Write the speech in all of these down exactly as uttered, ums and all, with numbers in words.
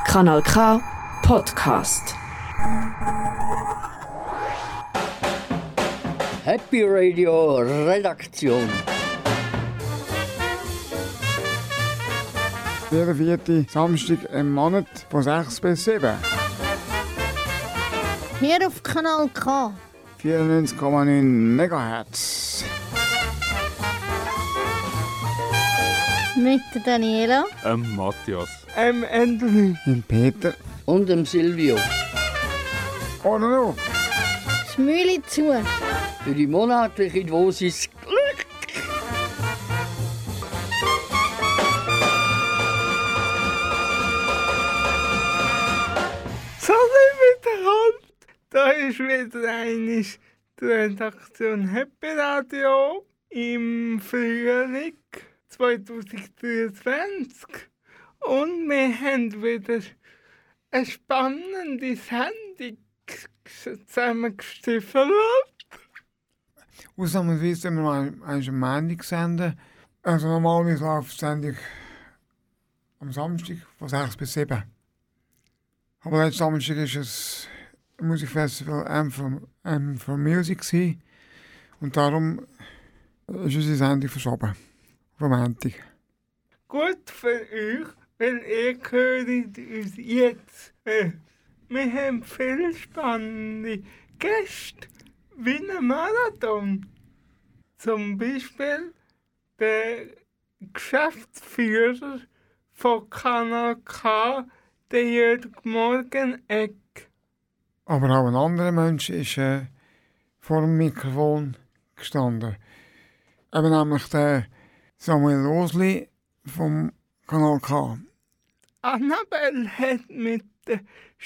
Kanal K Podcast. Happy Radio Redaktion. Jeden vierten Samstag im Monat von sechs bis sieben. Hier auf Kanal K. vierundneunzig Komma neun Megahertz. Mit der Daniela. Ähm, Matthias. Ähm, Anthony. Im Peter. Und dem Silvio. Oder noch? Schmüli zu. Für die monatliche Dosis Glück. Salut miteinander! Da ist wieder einmal die Redaktion Happy Radio im Frühling zwanzig dreiundzwanzig. Und wir haben wieder eine spannende Sendung zusammengestiefelt. Ausnahmsweise sind wir mal am Montag senden. Also normalerweise läuft die Sendung am Samstag von sechs bis sieben. Aber letzten Samstag war es ein Musikfestival M for, M for Music gewesen. Und darum ist unsere Sendung verschoben. Auf Montag. Gut für euch, weil ihr hört uns jetzt. Äh, wir haben viele spannende Gäste, wie ein Marathon. Zum Beispiel der Geschäftsführer von Kanal K, der Jörg Morgenegg. Aber auch ein anderer Mensch ist äh, vor dem Mikrofon gestanden. Eben nämlich der Samuel Osli vom Kanal K. Annabelle hat mit der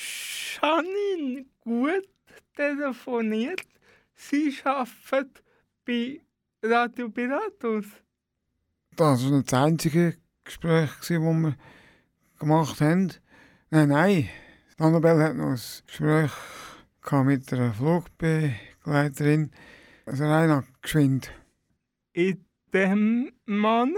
Janine gut telefoniert. Sie arbeitet bei Radio Piratus. Das war nicht das einzige Gespräch, das wir gemacht haben. Nein, nein. Annabelle hat noch ein Gespräch mit einer Flugbegleiterin. Also rein geschwind. In diesem Monat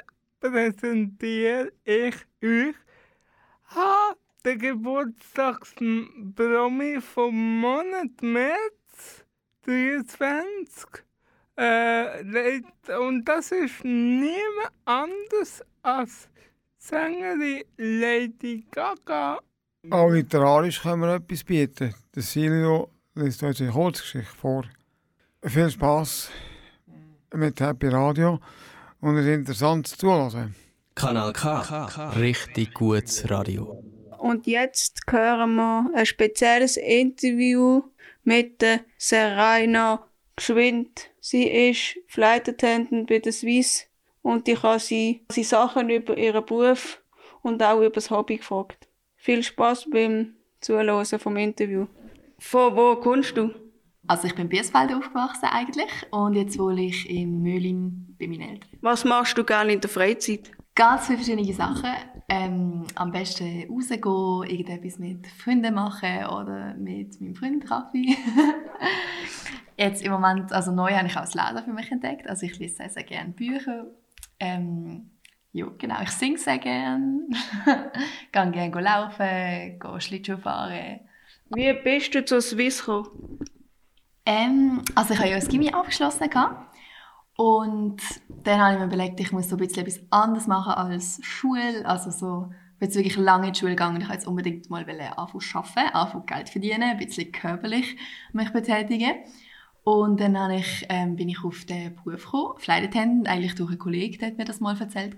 präsentiere ich euch ah, den Geburtstagspromi vom Monat März dreiundzwanzig. Äh, und das ist niemand anders als Sängerin Lady Gaga. Auch literarisch können wir etwas bieten. Der Silvio liest uns eine Kurzgeschichte vor. Viel Spass mit Happy Radio und ein interessantes Zuhören. Kanal K. Richtig gutes Radio. Und jetzt hören wir ein spezielles Interview mit der Serena Gschwind. Sie ist Flight Attendant bei der Swiss und ich habe sie, sie Sachen über ihren Beruf und auch über das Hobby gefragt. Viel Spass beim Zuhören vom Interview. Von wo kommst du? Also ich bin in Biesfeld aufgewachsen eigentlich und jetzt wohne ich in Möhlin bei meinen Eltern. Was machst du gerne in der Freizeit? Ganz viele verschiedene Sachen. Ähm, am besten rausgehen, irgendetwas mit Freunden machen oder mit meinem Freund Raffi. Jetzt im Moment, also neu habe ich auch das Lesen für mich entdeckt. Also ich lese sehr, sehr gerne Bücher. Ähm, ja, genau, ich singe sehr gerne. Gehe gerne laufen, gehe Schlittschuh fahren. Wie bist du zur Swiss gekommen? Ähm, also ich habe ja das Gymnasium abgeschlossen. Und dann habe ich mir überlegt, ich muss so ein bisschen etwas anderes machen als Schule. Also so, ich bin jetzt wirklich lange in die Schule gegangen. Ich wollte jetzt unbedingt mal anfangen zu arbeiten, anfangen Geld verdienen, ein bisschen körperlich mich betätigen. Und dann habe ich, ähm, bin ich auf den Beruf gekommen, Flight Attendant, eigentlich durch einen Kollegen, der hat mir das mal erzählt.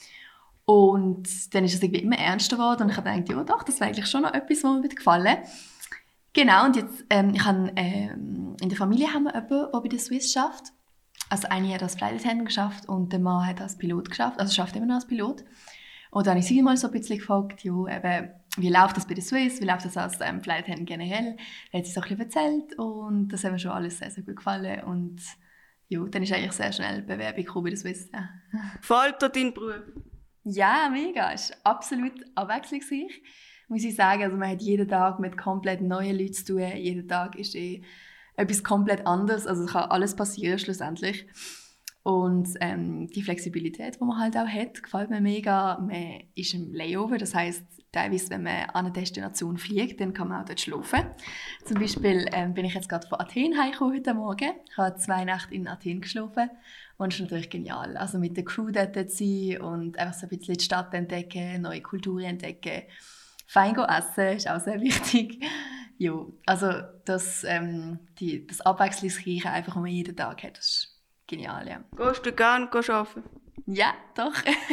Und dann ist es irgendwie immer ernster geworden und ich habe gedacht, ja doch, das wäre eigentlich schon noch etwas, was mir gefallen würde. Genau, und jetzt, ähm, ich habe, ähm, in der Familie haben wir jemanden, der bei der Swiss arbeitet. Also eine hat als Flight Attendant geschafft und der Mann hat als Pilot geschafft, also schafft immer noch als Pilot. Und dann habe ich sie mal so ein bisschen gefragt, ja, eben, wie läuft das bei der Swiss, wie läuft das als ähm, Flight Attendant generell. Da hat sie so ein bisschen erzählt und das hat mir schon alles sehr, sehr gut gefallen. Und ja, dann ist eigentlich sehr schnell die Bewerbung bei der Swiss. Ja. Gefällt dir dein Beruf? Ja, mega. Es ist absolut abwechslungsreich, muss ich sagen. Also man hat jeden Tag mit komplett neuen Leuten zu tun. Jeden Tag ist eh etwas komplett anderes. Also es kann alles passieren schlussendlich. Und ähm, die Flexibilität, die man halt auch hat, gefällt mir mega. Man ist im Layover, das heisst, teilweise, wenn man an eine Destination fliegt, dann kann man auch dort schlafen. Zum Beispiel ähm, bin ich jetzt gerade von Athen heimgekommen heute Morgen. Ich habe zwei Nächte in Athen geschlafen und es ist natürlich genial. Also mit der Crew dort zu sein und einfach so ein bisschen die Stadt entdecken, neue Kulturen entdecken. Fein essen ist auch sehr wichtig. Ja, also das, ähm, die, das Abwechslungsreiche, einfach, was man jeden Tag hat, das ist genial, ja. Gehst du gerne arbeiten? Ja, doch.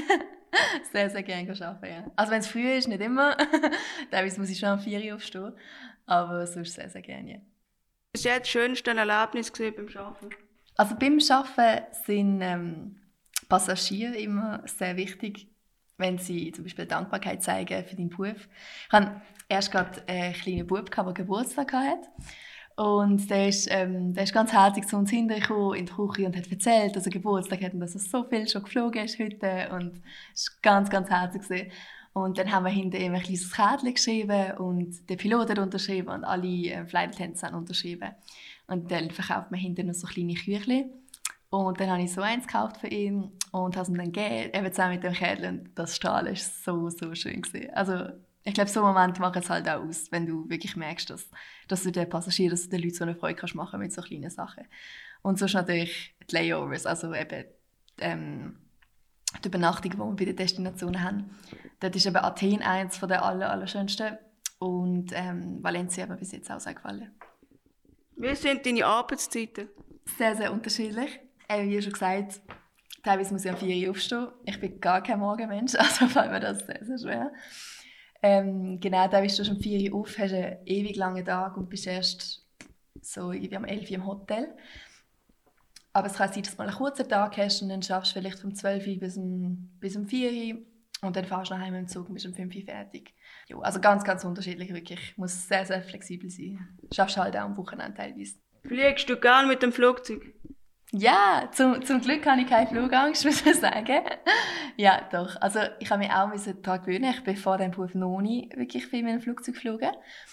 sehr, sehr gerne arbeiten, ja. Also wenn es früh ist, nicht immer. Teilweise muss ich schon um vier Uhr aufstehen. Aber sonst sehr, sehr gerne, ja. Was war das schönste Erlebnis beim Arbeiten? Also beim Arbeiten sind ähm, Passagiere immer sehr wichtig, wenn sie zum Beispiel Dankbarkeit zeigen für deinen Beruf. Ich hatte erst gerade einen kleinen Bub, der Geburtstag hatte. Und der ist, ähm, der ist ganz herzig zu uns hintergekommen in die Küche und hat erzählt, dass er Geburtstag hat und dass er so viel schon geflogen ist heute. Und es war ganz, ganz herzig gewesen. Und dann haben wir hinter ihm ein kleines Kärtchen geschrieben und der Pilot hat unterschrieben und alle äh, Flight Attendants haben unterschrieben. Und dann verkauft man hinten noch so kleine Küchlein. Und dann habe ich so eins gekauft für ihn und habe es ihm dann gegeben, eben zusammen mit dem Kärtchen. Und das Strahlen war so, so schön gewesen. Also, ich glaube, so einen Moment macht es halt auch aus, wenn du wirklich merkst, dass, dass du den Passagieren, dass du den Leuten so eine Freude kannst machen mit so kleinen Sachen. Und sonst natürlich die Layovers, also eben ähm, die Übernachtung, die wir bei den Destinationen haben. Dort ist eben Athen eines der aller, allerschönsten und ähm, Valencia hat mir bis jetzt auch sehr gefallen. Wie sind deine Arbeitszeiten? Sehr, sehr unterschiedlich. Äh, wie schon gesagt, teilweise muss ich um vier Uhr aufstehen. Ich bin gar kein Morgenmensch, also fällt mir das sehr, sehr schwer. Ähm, genau, da bist du schon um vier Uhr auf, hast einen ewig langen Tag und bist erst so irgendwie um elf Uhr im Hotel. Aber es kann sein, dass du mal einen kurzen Tag hast und dann schaffst du vielleicht von zwölf Uhr bis um, bis um vier Uhr und dann fahrst du nach Hause im Zug und bist um fünf Uhr fertig. Jo, also ganz, ganz unterschiedlich wirklich. Du musst sehr, sehr flexibel sein. Du schaffst halt auch am Wochenende teilweise. Fliegst du gerne mit dem Flugzeug? Ja, zum, zum Glück habe ich keine Flugangst, muss ich sagen. Ja, doch. Also ich habe mich auch daran gewöhnen. Ich bin vor dem Beruf noch nie wirklich viel mit dem Flugzeug geflogen.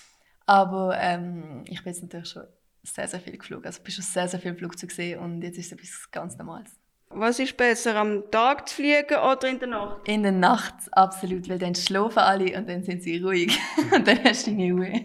Aber ähm, ich bin jetzt natürlich schon sehr, sehr viel geflogen. Also ich bin schon sehr, sehr viel im Flugzeug gesehen und jetzt ist es etwas ganz Normales. Was ist besser, am Tag zu fliegen oder in der Nacht? In der Nacht, absolut, weil dann schlafen alle und dann sind sie ruhig. Und dann hast du deine Ruhe.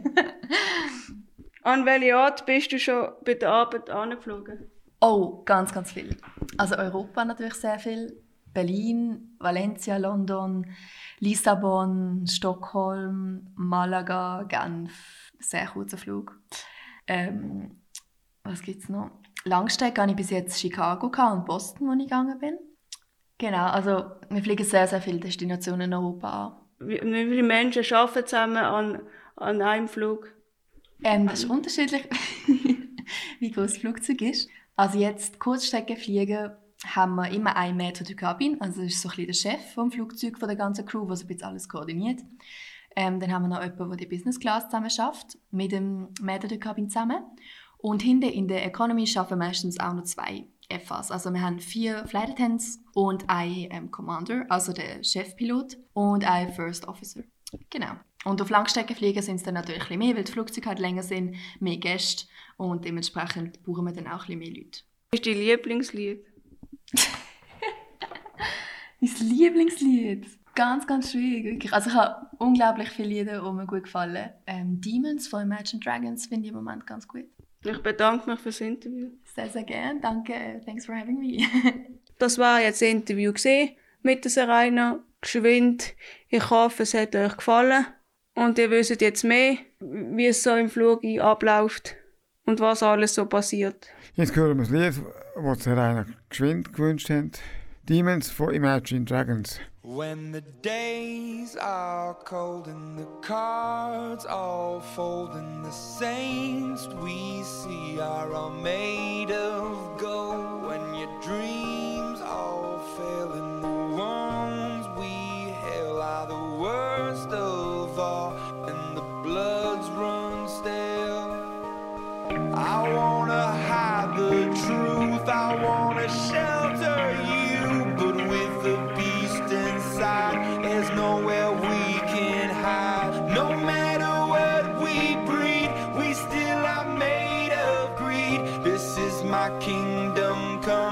An welche Ort bist du schon bei der Arbeit angeflogen? Oh, ganz, ganz viel. Also Europa natürlich sehr viel. Berlin, Valencia, London, Lissabon, Stockholm, Malaga, Genf. Sehr kurzer Flug. Ähm, was gibt es noch? Langstrecke hatte ich bis jetzt Chicago und Boston, wo ich gegangen bin. Genau, also wir fliegen sehr, sehr viele Destinationen in Europa an. Wie, wie viele Menschen arbeiten zusammen an, an einem Flug? Ähm, das ist unterschiedlich, wie groß das Flugzeug ist. Also jetzt Kurzstreckenfliegen haben wir immer einen Mate der Cabin, also das ist so ein bisschen der Chef vom Flugzeug, von der ganzen Crew, der so ein bisschen alles koordiniert. Ähm, dann haben wir noch jemanden, der die Business Class zusammen schafft, mit dem Mate der Cabin zusammen. Und hinten in der Economy arbeiten meistens auch noch zwei F As. Also wir haben vier Flight Attendants und einen ähm, Commander, also der Chefpilot, und einen First Officer. Genau. Und auf Langstreckenfliegen sind es dann natürlich ein bisschen mehr, weil die Flugzeuge halt länger sind, mehr Gäste und dementsprechend brauchen wir dann auch ein bisschen mehr Leute. Was ist dein Lieblingslied? Mein Lieblingslied? Ganz, ganz schwierig, wirklich. Also ich habe unglaublich viele Lieder, die mir gut gefallen. Ähm, Demons von Imagine Dragons finde ich im Moment ganz gut. Ich bedanke mich für das Interview. Sehr, sehr gerne. Danke. Thanks for having me. Das war jetzt das Interview mit der Serena. Geschwind. Ich hoffe, es hat euch gefallen. Und ihr wisst jetzt mehr, wie es so im Flug abläuft und was alles so passiert. Jetzt hören wir das Lied, das Serena geschwind gewünscht hat. Demons von Imagine Dragons. When the days are cold and the cards all fold and the saints we see are all made of gold, when your dreams all fail and the ones we hail are the worst of all and the bloods run stale, I wanna hide the truth, I wanna shelter you, but with the beast inside, there's nowhere we can hide. No matter what we breed, we still are made of greed. This is my kingdom come.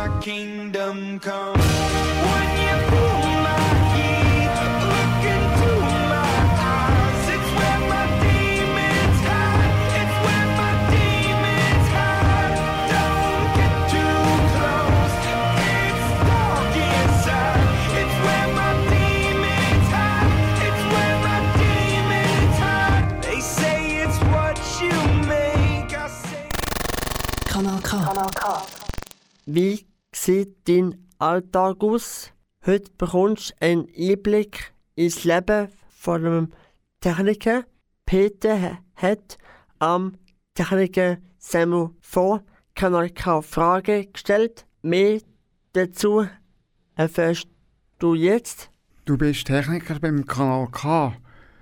my kingdom come. When you pull my heat, look into my eyes. It's where my demons hide. It's where my demons hide. Don't get too close. It's dark inside. It's where my demons hide. It's where my demons hide. They say it's what you make. I say Kanal K. Kanal K. Wie sieht dein Alltag aus? Heute bekommst du einen Einblick ins Leben von einem Techniker. Peter hat am Techniker Samuel vor Kanal K Fragen gestellt. Mehr dazu erfährst du jetzt. Du bist Techniker beim Kanal K.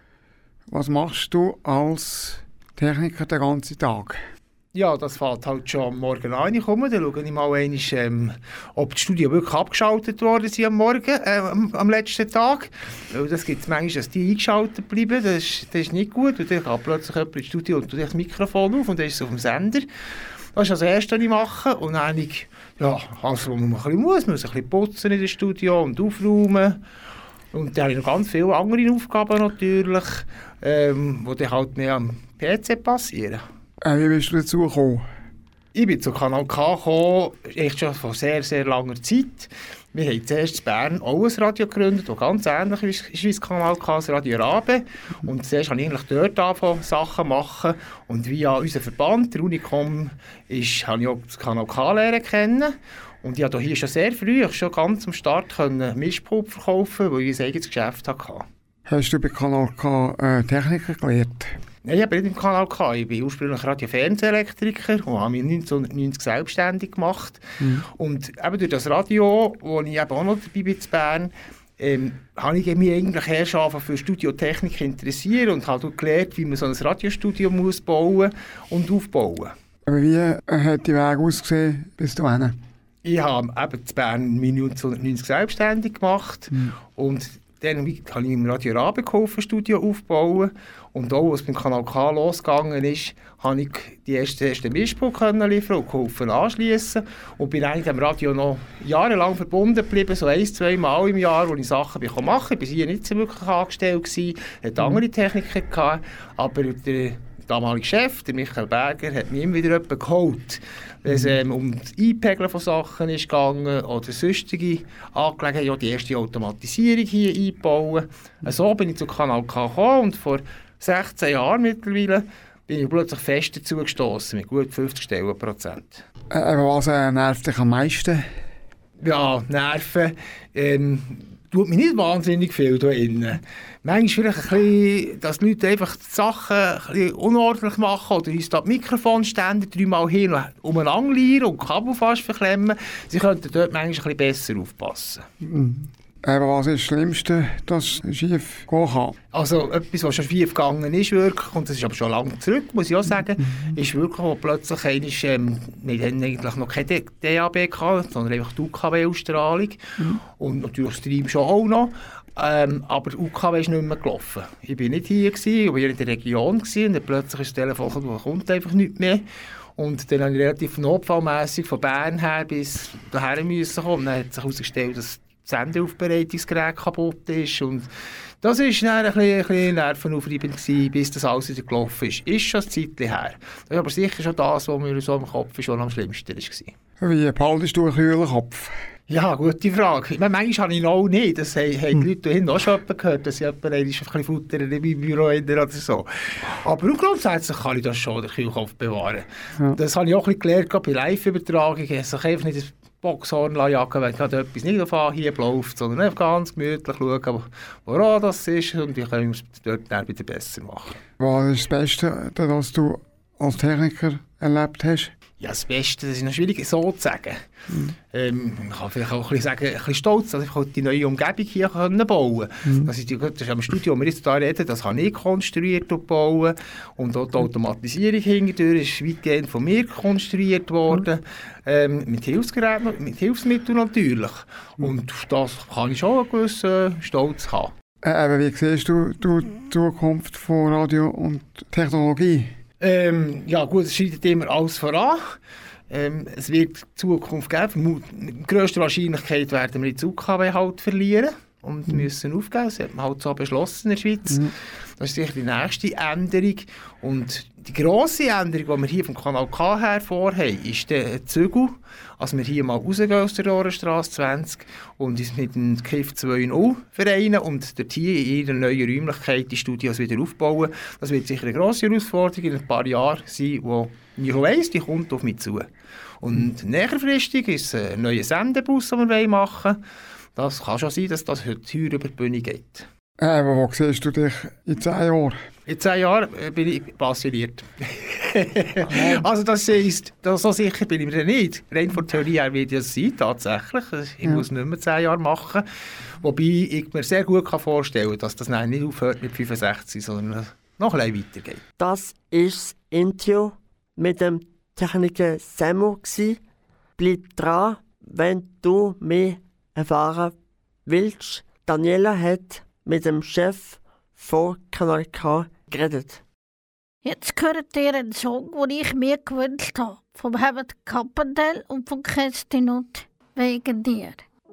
Was machst du als Techniker den ganzen Tag? Ja, das fällt halt schon am Morgen an. Ich komme, dann schaue ich mal einmal, ähm, ob die Studien wirklich abgeschaltet worden sind am Morgen, äh, am, am letzten Tag. Weil das gibt es manchmal, dass die eingeschaltet bleiben. Das ist, das ist nicht gut. Und dann kann plötzlich jemand ins Studio und tut das Mikrofon auf und dann ist es auf dem Sender. Das ist das Erste, was ich mache. Und dann habe ich, ja, also, was man ein bisschen muss, man muss ein bisschen putzen in dem Studio und aufräumen. Und dann habe ich noch ganz viele andere Aufgaben natürlich, ähm, die dann halt mehr am P C passieren. Äh, wie bist du dazu gekommen? Ich bin zu Kanal K gekommen, echt schon vor sehr, sehr langer Zeit. Wir haben zuerst in Bern auch ein Radio gegründet, das ganz ähnlich ist wie das Kanal K, das Radio Rabe. Und zuerst habe ich eigentlich dort angefangen, Sachen zu machen. Und via unseren Verband, der Unicom, ist, habe ich auch das Kanal K lernen kennen. Und ich konnte hier schon sehr früh, schon ganz am Start, Mischpult verkaufen, weil ich ein eigenes Geschäft hatte. Hast du bei Kanal K äh, Techniker gelernt? Nein, ich bin nicht im Kanal K. Ich bin ursprünglich Radio-Fernsehelektriker und habe mich neunzehnhundertneunzig selbstständig gemacht. Mhm. Und eben durch das Radio, wo ich eben auch noch dabei bin in Bern, ähm, habe ich mich eigentlich erst für Studiotechnik interessiert und habe gelernt, wie man so ein Radiostudio muss bauen und aufbauen. Aber wie äh, hat die Weg ausgesehen bis dahin? Ich habe eben in Bern neunzehnhundertneunzig selbstständig gemacht. Mhm. Und dann habe ich im Radio Rabe geholfen, Studio aufbauen. Und auch, als beim Kanal K losgegangen ist, konnte ich die ersten, ersten Mischpult liefern und geholfen anschliessen. Und bin eigentlich am Radio noch jahrelang verbunden geblieben, so ein, zwei Mal im Jahr, wo ich Sachen machen konnte. Ich war hier nicht so wirklich angestellt, ich hatte andere Techniker gehabt, aber der damalige Chef, der Michael Berger, hat mich immer wieder jemanden geholt. Wenn es ähm, um das Einpegeln von Sachen ist gegangen oder sonstige Angelegenheiten, ja, die erste Automatisierung hier einbauen. So bin ich zu Kanal K gekommen und vor sechzehn Jahren mittlerweile bin ich plötzlich fest dazu gestossen, mit gut fünfzig Stellenprozent. Äh, was äh, nervt dich am meisten? Ja, Nerven. Ähm, tut mir nicht wahnsinnig viel hier innen. Manchmal vielleicht ein bisschen, dass die Leute einfach die Sachen ein bisschen unordentlich machen oder uns da die Mikrofonständer dreimal hin und umeinander lieren und Kabel fast verklemmen. Sie könnten dort manchmal ein bisschen besser aufpassen. Mhm. Aber was ist das Schlimmste, das schief gehen kann? Also etwas, was schon schief gegangen ist, wirklich, und das ist aber schon lange zurück, muss ich auch sagen, mhm. ist wirklich, wo plötzlich einmal, ähm, wir hatten eigentlich noch kein D A B gehabt, sondern einfach die U K W-Ausstrahlung mhm. und natürlich Stream schon auch noch. Ähm, aber die U K W ist nicht mehr gelaufen. Ich war nicht hier, ich war in der Region gewesen, und dann plötzlich ist das Telefon gekommen, da kommt einfach nichts mehr. Und dann habe ich relativ notfallmässig von Bern her bis daher müssen kommen. Und dann hat sich herausgestellt, dass das Sendeaufbereitungsgerät kaputt ist. Und das war dann ein bisschen, ein bisschen nervenaufreibend gewesen, bis das alles wieder gelaufen ist. Ist schon ein Zeitchen her. Das ist aber sicher schon das, was mir so im Kopf schon am schlimmsten war. Wie behaltest du einen kühlen Kopf? Ja, gute Frage. Ich meine, manchmal habe ich noch nicht. Das haben, haben die Leute hinten auch schon gehört, dass ich jemand ein bisschen Futter in meinem Büro oder so. Aber grundsätzlich kann ich das schon, den Kühlkopf bewahren. Ja. Das habe ich auch ein bisschen gelernt, gerade bei Live-Übertragungen. Ich soll einfach nicht das Boxhorn jagen, wenn gerade etwas nicht auf Anhieb läuft, sondern einfach ganz gemütlich schauen, woran das ist, und ich kann es dort dann wieder besser machen. Was ist das Beste, das du als Techniker erlebt hast? Ja, das Beste, das ist noch schwierig so zu sagen. Mhm. Ähm, ich kann vielleicht auch ein bisschen, sagen, ein bisschen stolz, dass ich die neue Umgebung hier bauen konnte. Mhm. Das ist, das ist am Studio, wo wir jetzt hier reden, das habe ich konstruiert und bauen. Und auch die Automatisierung hinterdurch ist weitgehend von mir konstruiert worden. Mhm. Ähm, mit Hilfsgeräten, mit Hilfsmitteln natürlich. Mhm. Und das kann ich schon einen gewissen Stolz haben. Äh, aber wie siehst du die Zukunft von Radio und Technologie? Ähm, ja gut, es schreitet immer alles voran. Ähm, es wird Zukunft geben. Mit grösster Wahrscheinlichkeit werden wir die U K W halt verlieren und mhm. müssen aufgeben. Das hat man halt so beschlossen in der Schweiz. Mhm. Das ist sicher die nächste Änderung. Und die grosse Änderung, die wir hier vom Kanal K her vorhaben, ist der Zügel. Also wir hier mal rausgehen aus der Rohrenstrasse zwanzig und uns mit dem K I F zwei null vereinen und dort hier in ihrer neuen Räumlichkeit die Studios wieder aufbauen. Das wird sicher eine grosse Herausforderung in ein paar Jahren sein, die ich weiss, die kommt auf mich zu. Und mhm. näherfristig ist es ein neuer Sendebus, den wir machen wollen. Das kann schon sein, dass das heute teuer über die Bühne geht. Äh, aber wo siehst du dich in zehn Jahren? In zehn Jahren bin ich passioniert. Also das heisst, das so sicher bin ich mir nicht. Rein von der Theorie her wird es sein, tatsächlich. Ich ja. muss nicht mehr zehn Jahre machen. Wobei ich mir sehr gut vorstellen kann, dass das nicht aufhört mit fünfundsechzig, sondern noch ein bisschen weitergeht. Das war das Interview mit dem Techniker Samu. Bleib dran, wenn du mehr erfahren willst. Daniela hat mit dem Chef von Kanal K geredet. Jetzt hört ihr einen Song, den ich mir gewünscht habe. Vom Herbert Kappendel und von Kerstin und «Wegen dir».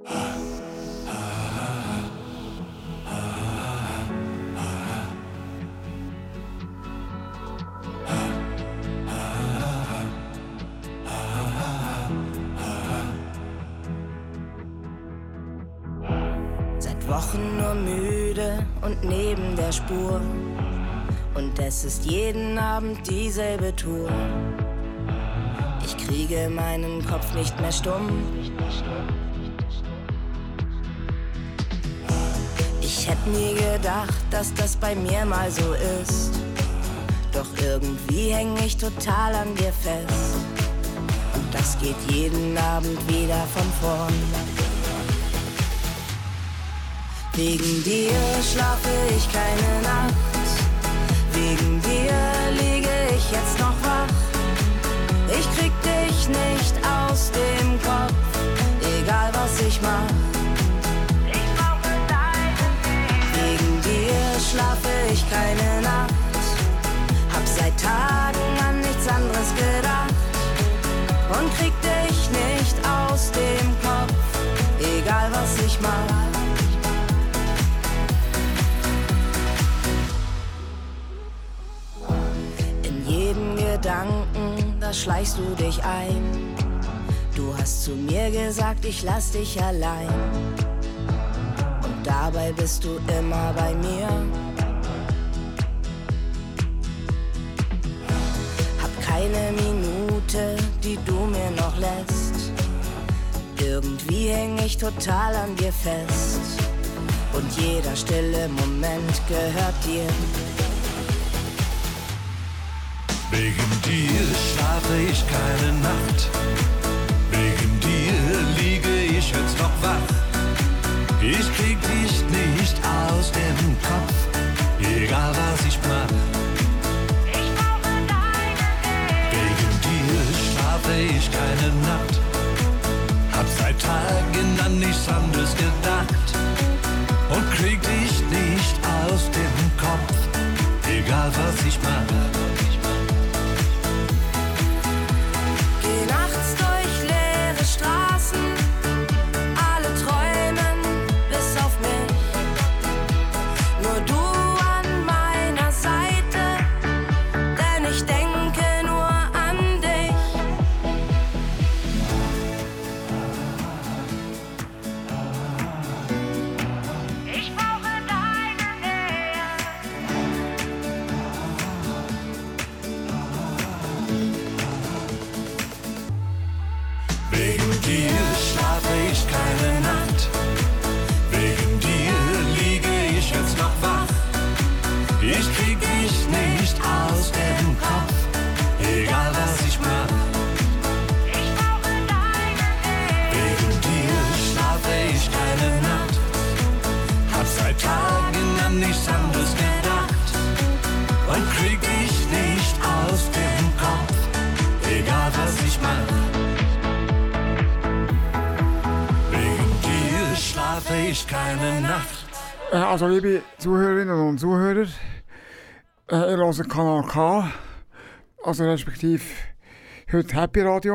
Seit Wochen nur müde und neben der Spur. Und es ist jeden Abend dieselbe Tour. Ich kriege meinen Kopf nicht mehr stumm. Ich hätte nie gedacht, dass das bei mir mal so ist. Doch irgendwie häng ich total an dir fest. Und das geht jeden Abend wieder von vorn. Wegen dir schlafe ich keine Nacht. Wegen dir liege ich jetzt noch wach. Ich krieg dich nicht aus dem Kopf, egal was ich mach. Ich brauche deine Nähe. Wegen dir schlafe ich keine Nacht. Hab seit Tagen an nichts anderes gedacht. Und krieg dich nicht aus dem Kopf, egal was ich mach. Gedanken, da schleichst du dich ein. Du hast zu mir gesagt, ich lass dich allein. Und dabei bist du immer bei mir. Hab keine Minute, die du mir noch lässt. Irgendwie häng ich total an dir fest. Und jeder stille Moment gehört dir. Wegen dir schlafe ich keine Nacht. Wegen dir liege ich jetzt noch wach. Ich krieg dich nicht aus dem Kopf, egal was ich mach. Ich brauche deine Nähe. Wegen dir schlafe ich keine Nacht. Hab seit Tagen an nichts anderes gedacht. Und krieg dich nicht aus dem Kopf, egal was ich mach. Keine Nacht. Also liebe Zuhörerinnen und Zuhörer, äh, ihr hört Kanal K, also respektive heute Happy Radio.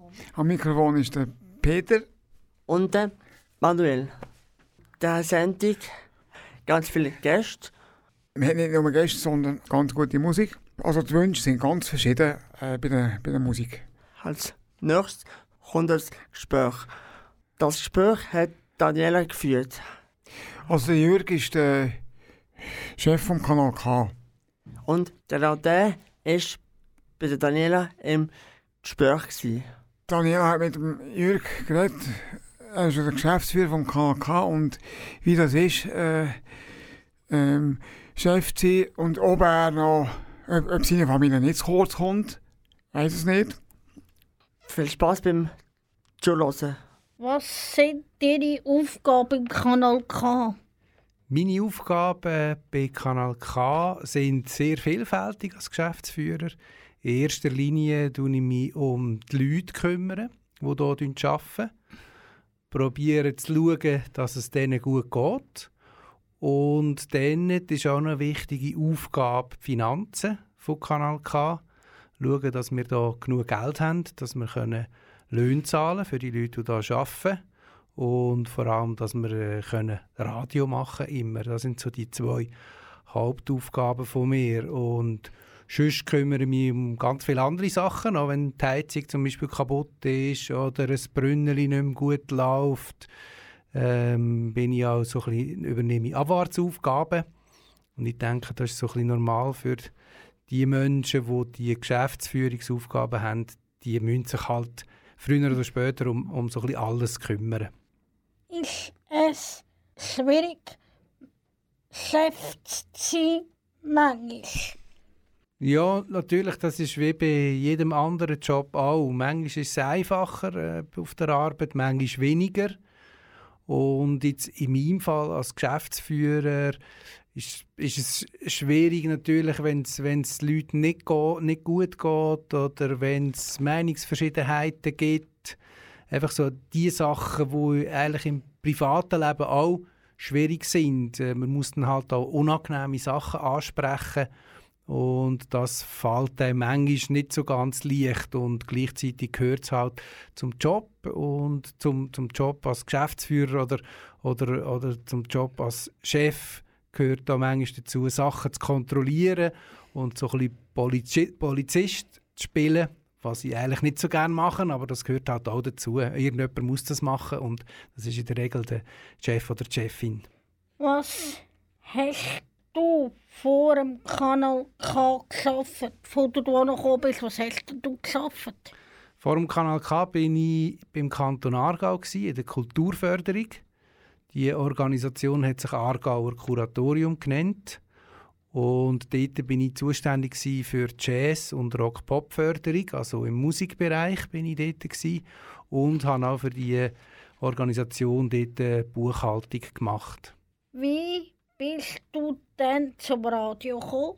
Am Mikrofon ist der Peter. Und der Manuel. Der Sendung ganz viele Gäste. Wir haben nicht nur Gäste, sondern ganz gute Musik. Also die Wünsche sind ganz verschieden äh, bei, der, bei der Musik. Als nächstes kommt das Gespräch. Das Gespräch hat Daniela geführt. Also der Jürg ist der Chef vom Kanal K. Und der Ade war bei der Daniela im Gespräch gewesen. Daniela hat mit dem Jürg geredet. Er ist der Geschäftsführer vom Kanal K. Und wie das ist, äh, ähm, Chef zu sein und ob er noch, ob, ob seine Familie nicht zu kurz kommt, weiß es nicht. Viel Spaß beim Zuhören. Was sind Ihre Aufgaben im Kanal K? Meine Aufgaben bei Kanal K sind sehr vielfältig als Geschäftsführer. In erster Linie kümmere ich mich um die Leute, kümmern, die hier arbeiten. Probiere zu schauen, dass es denen gut geht. Und dann ist auch eine wichtige Aufgabe die Finanzen von Kanal K. Schauen, dass wir da genug Geld haben, dass wir können Löhne zahlen für die Leute, die hier arbeiten. Und vor allem, dass wir äh, können Radio machen können. Das sind so die zwei Hauptaufgaben von mir. Und sonst kümmere ich mich um ganz viele andere Sachen. Auch wenn die Heizung zum Beispiel kaputt ist oder ein Brünneli nicht mehr gut läuft, ähm, bin ich auch so ein bisschen, übernehme ich Abwartsaufgaben. Und ich denke, das ist so ein bisschen normal für die Menschen, die diese Geschäftsführungsaufgaben haben. Die müssen sich halt früher oder später um, um so ein bisschen alles kümmern. Ist es schwierig, Chef zu sein, manchmal? Ja, natürlich, das ist wie bei jedem anderen Job auch. Manchmal ist es einfacher äh, auf der Arbeit, manchmal weniger. Und jetzt in meinem Fall als Geschäftsführer ist, ist es schwierig natürlich, wenn es den Leuten nicht, go, nicht gut geht oder wenn es Meinungsverschiedenheiten gibt. Einfach so die Sachen, die eigentlich im privaten Leben auch schwierig sind. Man muss dann halt auch unangenehme Sachen ansprechen und das fällt einem manchmal nicht so ganz leicht und gleichzeitig gehört es halt zum Job und zum, zum Job als Geschäftsführer oder, oder, oder zum Job als Chef gehört da manchmal dazu, Sachen zu kontrollieren und so ein bisschen Polizi- Polizist zu spielen. Was ich eigentlich nicht so gerne mache, aber das gehört halt auch dazu. Irgendjemand muss das machen und das ist in der Regel der Chef oder die Chefin. Was hast du vor dem Kanal K gearbeitet? Bevor du da noch gekommen bist, was hast du gearbeitet? Vor dem Kanal K war ich beim Kanton Aargau, in der Kulturförderung. Die Organisation hat sich Aargauer Kuratorium genannt. Und dort war ich zuständig für Jazz- und Rock-Pop-Förderung, also im Musikbereich bin ich dort gewesen, und habe auch für die Organisation dort Buchhaltung gemacht. Wie bist du denn zum Radio gekommen?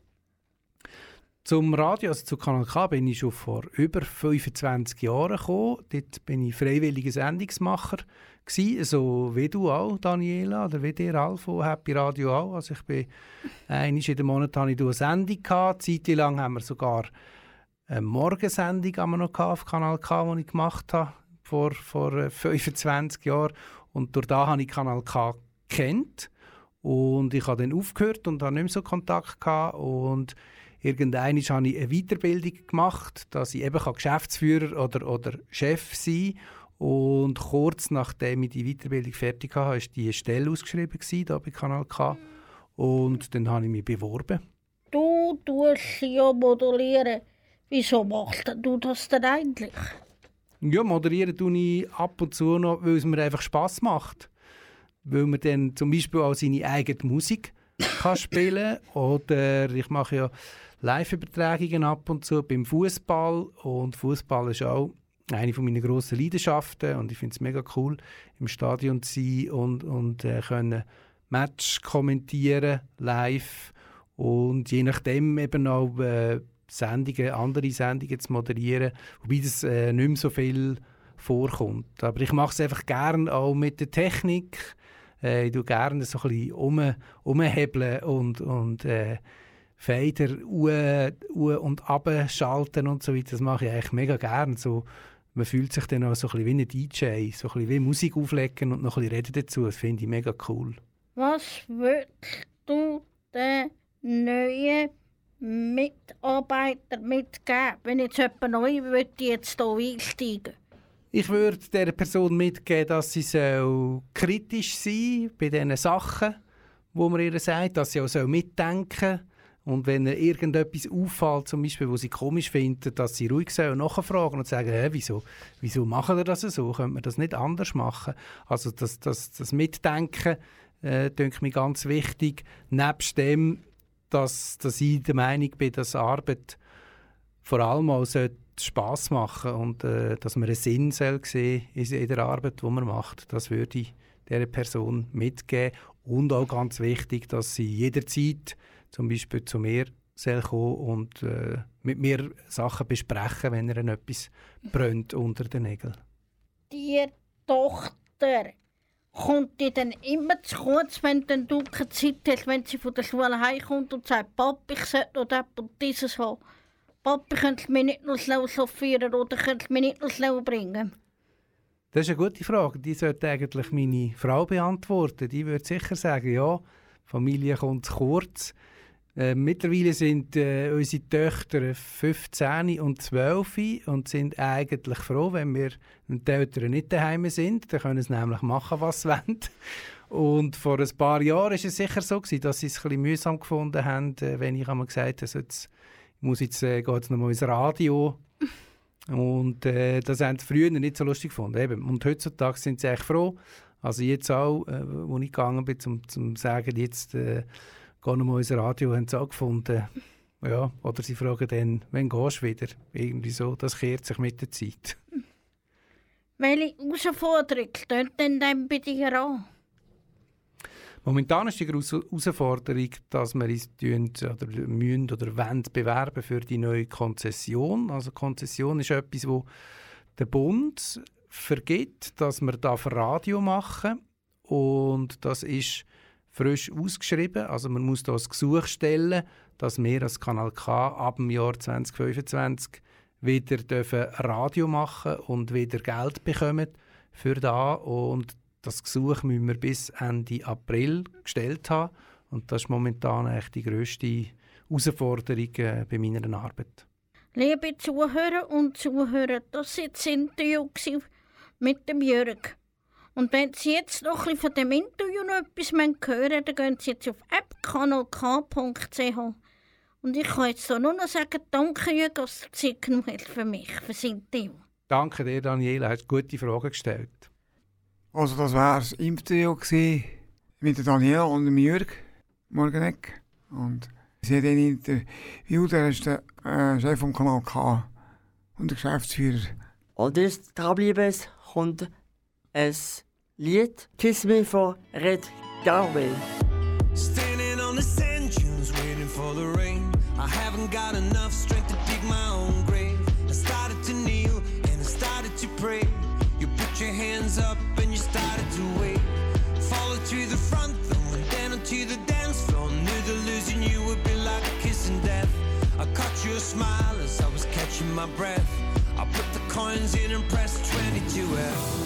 Zum Radio, also zu Kanal K, bin ich schon vor über fünfundzwanzig Jahren gekommen. Dort bin ich freiwilliger Sendungsmacher gewesen, so wie du auch, Daniela, oder wie dir, Alfo, Happy Radio auch. Also ich bin einmal in den Monat hatte ich eine Sendung gehabt. Eine Zeit lang haben wir sogar eine Morgensendung haben wir noch auf Kanal K, die ich gemacht habe vor, vor fünfundzwanzig Jahren. Und durch da habe ich Kanal K gekannt. Und ich habe dann aufgehört und habe nicht mehr so Kontakt gehabt. Und irgendwann habe ich eine Weiterbildung gemacht, dass ich eben Geschäftsführer oder, oder Chef sein kann. Und kurz nachdem ich die Weiterbildung fertig hatte, war die Stelle ausgeschrieben hier bei Kanal K. Und dann habe ich mich beworben. Du tust ja moderieren. Wieso machst du das denn eigentlich? Ja, moderieren tue ich ab und zu noch, weil es mir einfach Spass macht. Weil man dann zum Beispiel auch seine eigene Musik kann spielen kann. Oder ich mache ja Live-Übertragungen ab und zu beim Fußball. Und Fußball ist auch eine meiner grossen Leidenschaften. Und ich finde es mega cool, im Stadion zu sein und, und äh, können Match kommentieren, live. Und je nachdem eben auch äh, Sendungen, andere Sendungen zu moderieren. Wobei das äh, nicht mehr so viel vorkommt. Aber ich mache es einfach gerne auch mit der Technik. Äh, ich tue gerne so ein bisschen um, umhebeln und, und äh, Fader u- u- und abschalten und so weiter. Das mache ich eigentlich mega gerne. So man fühlt sich dann auch so ein bisschen wie ein D J, so ein bisschen wie Musik auflegen und noch ein bisschen reden dazu. Das finde ich mega cool. Was würdest du den neuen Mitarbeitern mitgeben, wenn jetzt jemand neu würde jetzt hier einsteigen? Ich würde dieser Person mitgeben, dass sie so kritisch sein soll bei diesen Sachen, wo man ihr sagt, dass sie auch so mitdenken soll. Und wenn ihr irgendetwas auffällt, zum Beispiel, wo sie komisch finden, dass sie ruhig sollen nachfragen und sagen, hey, wieso, wieso machen wir das so? Könnte man das nicht anders machen? Also das, das, das Mitdenken äh, denke ich mir ganz wichtig. Nebst dem, dass, dass ich der Meinung bin, dass Arbeit vor allem auch Spass machen und äh, dass man einen Sinn soll sehen in der Arbeit, die man macht. Das würde ich dieser Person mitgeben. Und auch ganz wichtig, dass sie jederzeit zum Beispiel zu mir soll kommen und äh, mit mir Sachen besprechen, wenn er etwas brennt unter den Nägeln. Die Tochter kommt dir dann immer zu kurz, wenn dann du keine Zeit hast, wenn sie von der Schule heimkommt und sagt, Papa, ich sollte noch das und dieses haben. Papa, könntest du mich nicht noch schnell chauffieren oder könntest du mich nicht noch schnell bringen? Das ist eine gute Frage. Die sollte eigentlich meine Frau beantworten. Die würde sicher sagen, ja, Familie kommt zu kurz. Äh, mittlerweile sind äh, unsere Töchter fünfzehn und zwölf und sind eigentlich froh, wenn wir den Eltern nicht daheim sind. Dann können sie nämlich machen, was sie wollen. Und vor ein paar Jahren war es sicher so, dass sie es ein bisschen mühsam gefunden haben, äh, wenn ich einmal gesagt habe, jetzt, ich muss jetzt, äh, gehe jetzt noch mal ins Radio. Und äh, das haben sie früher nicht so lustig gefunden. Eben. Und heutzutage sind sie echt froh. Also jetzt auch, äh, wo ich gegangen bin, zum zu sagen, jetzt äh, gehen wir mal ins Radio, haben sie auch gefunden. Ja, oder sie fragen dann, wann gehst du wieder? Irgendwie so, das kehrt sich mit der Zeit. Welche Herausforderung steht denn dann bei dir an? Momentan ist die grosse Herausforderung, dass wir uns oder müssen oder wollen bewerben für die neue Konzession. Also Konzession ist etwas, wo der Bund vergibt, dass wir da für Radio machen. Und das ist frisch ausgeschrieben. Also man muss da ein Gesuch stellen, dass wir als Kanal K ab dem Jahr zwanzig fünfundzwanzig wieder dürfen Radio machen und wieder Geld bekommen für da. Und das Gesuch müssen wir bis Ende April gestellt haben. Und das ist momentan eigentlich die grösste Herausforderung äh, bei meiner Arbeit. Liebe Zuhörer und Zuhörer, das war jetzt das Interview mit dem Jörg. Und wenn Sie jetzt noch ein bisschen von dem Interview noch etwas hören wollen, dann gehen Sie jetzt auf app kanal k punkt c h. Und ich kann jetzt nur noch sagen, danke Jörg, dass du Zeit genommen hast für mich, für das Interview. Danke dir, Daniela, du hast gute Fragen gestellt. Also das war das Interview mit der Daniela und dem Jörg Morgenegg. Und sie hat ihn interviewt, er ist der äh, Chef vom Kanal K und der Geschäftsführer. Und jetzt dranbleiben kommt ein Lied «Kiss Me» von Red Garvey. Standing on the sand dunes waiting for the rain. I haven't got enough strength to dig my own grave. I started to kneel and I started to pray. You put your hands up and you started to wave. Followed to the front, then went down onto the dance floor. Knew that losing you would be like a kiss in death. I caught your smile as I was catching my breath. I put the coins in and pressed twenty-two F.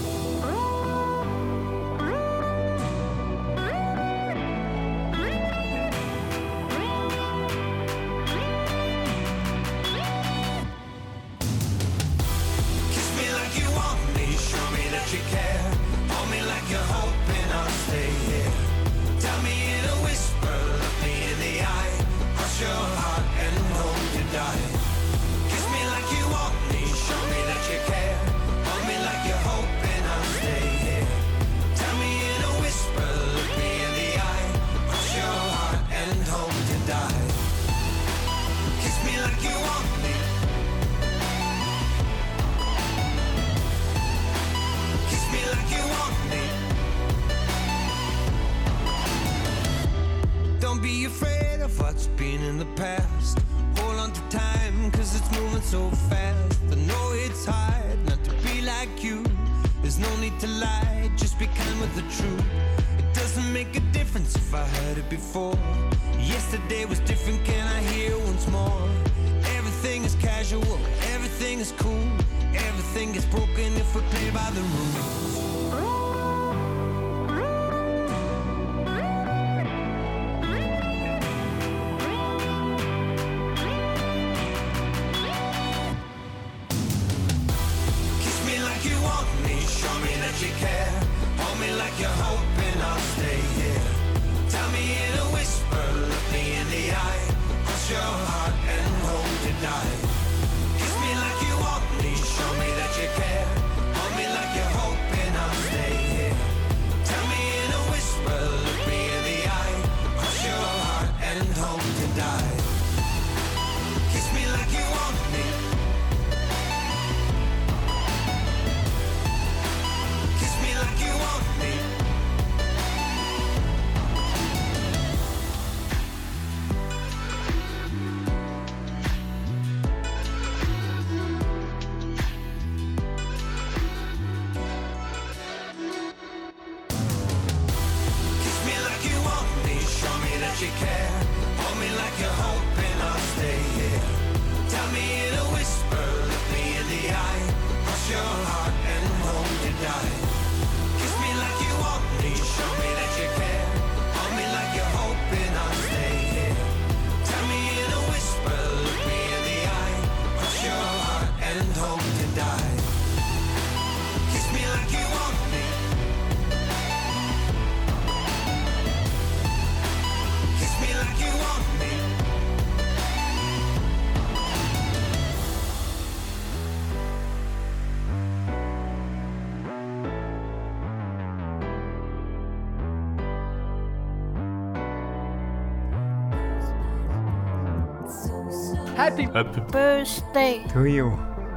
You care, hold me like you're hoping I'll stay here. Tell me in a whisper, look me in the eye. Cross your heart and hope you die. Kiss me like you want me, show me that you care. Hold me like you're hoping I'll stay here. Tell me in a whisper, look me in the eye. Cross your heart and hope you die. Kiss me like you want me. Like you want me. Don't be afraid of what's been in the past. Hold on to time, cause it's moving so fast. I know it's hard not to be like you. There's no need to lie, just be kind with the truth. It doesn't make a difference if I heard it before. Yesterday was different, can I hear once more? Everything Everything is casual, everything is cool. Everything gets broken if we play by the rules. Kiss me like you want me, show me that you care. Hold me like you're hoping I'll stay here. Tell me in a whisper, look me in the eye. Cross your heart and hold it tight. Kiss me like you want me, show me that you care. Hold me like you're hoping I'll stay here. Tell me in a whisper, look me in the eye. Cross your heart and hold it tight. Kiss me like you want me. Kiss me like you want me. Kiss me like you want me, show me that you care. Hold me like you're hoping I'll stay here. Tell me in a whisper, look me in the eye. Cross your heart and hold it tight. Kiss me like you want me, show me that you care. Hold me like you're hoping I'll stay here. Tell me in a whisper, look me in the eye. Cross your heart and hold it tight. Kiss me like you want me. Kiss me like you want me. Happy Birthday. To you.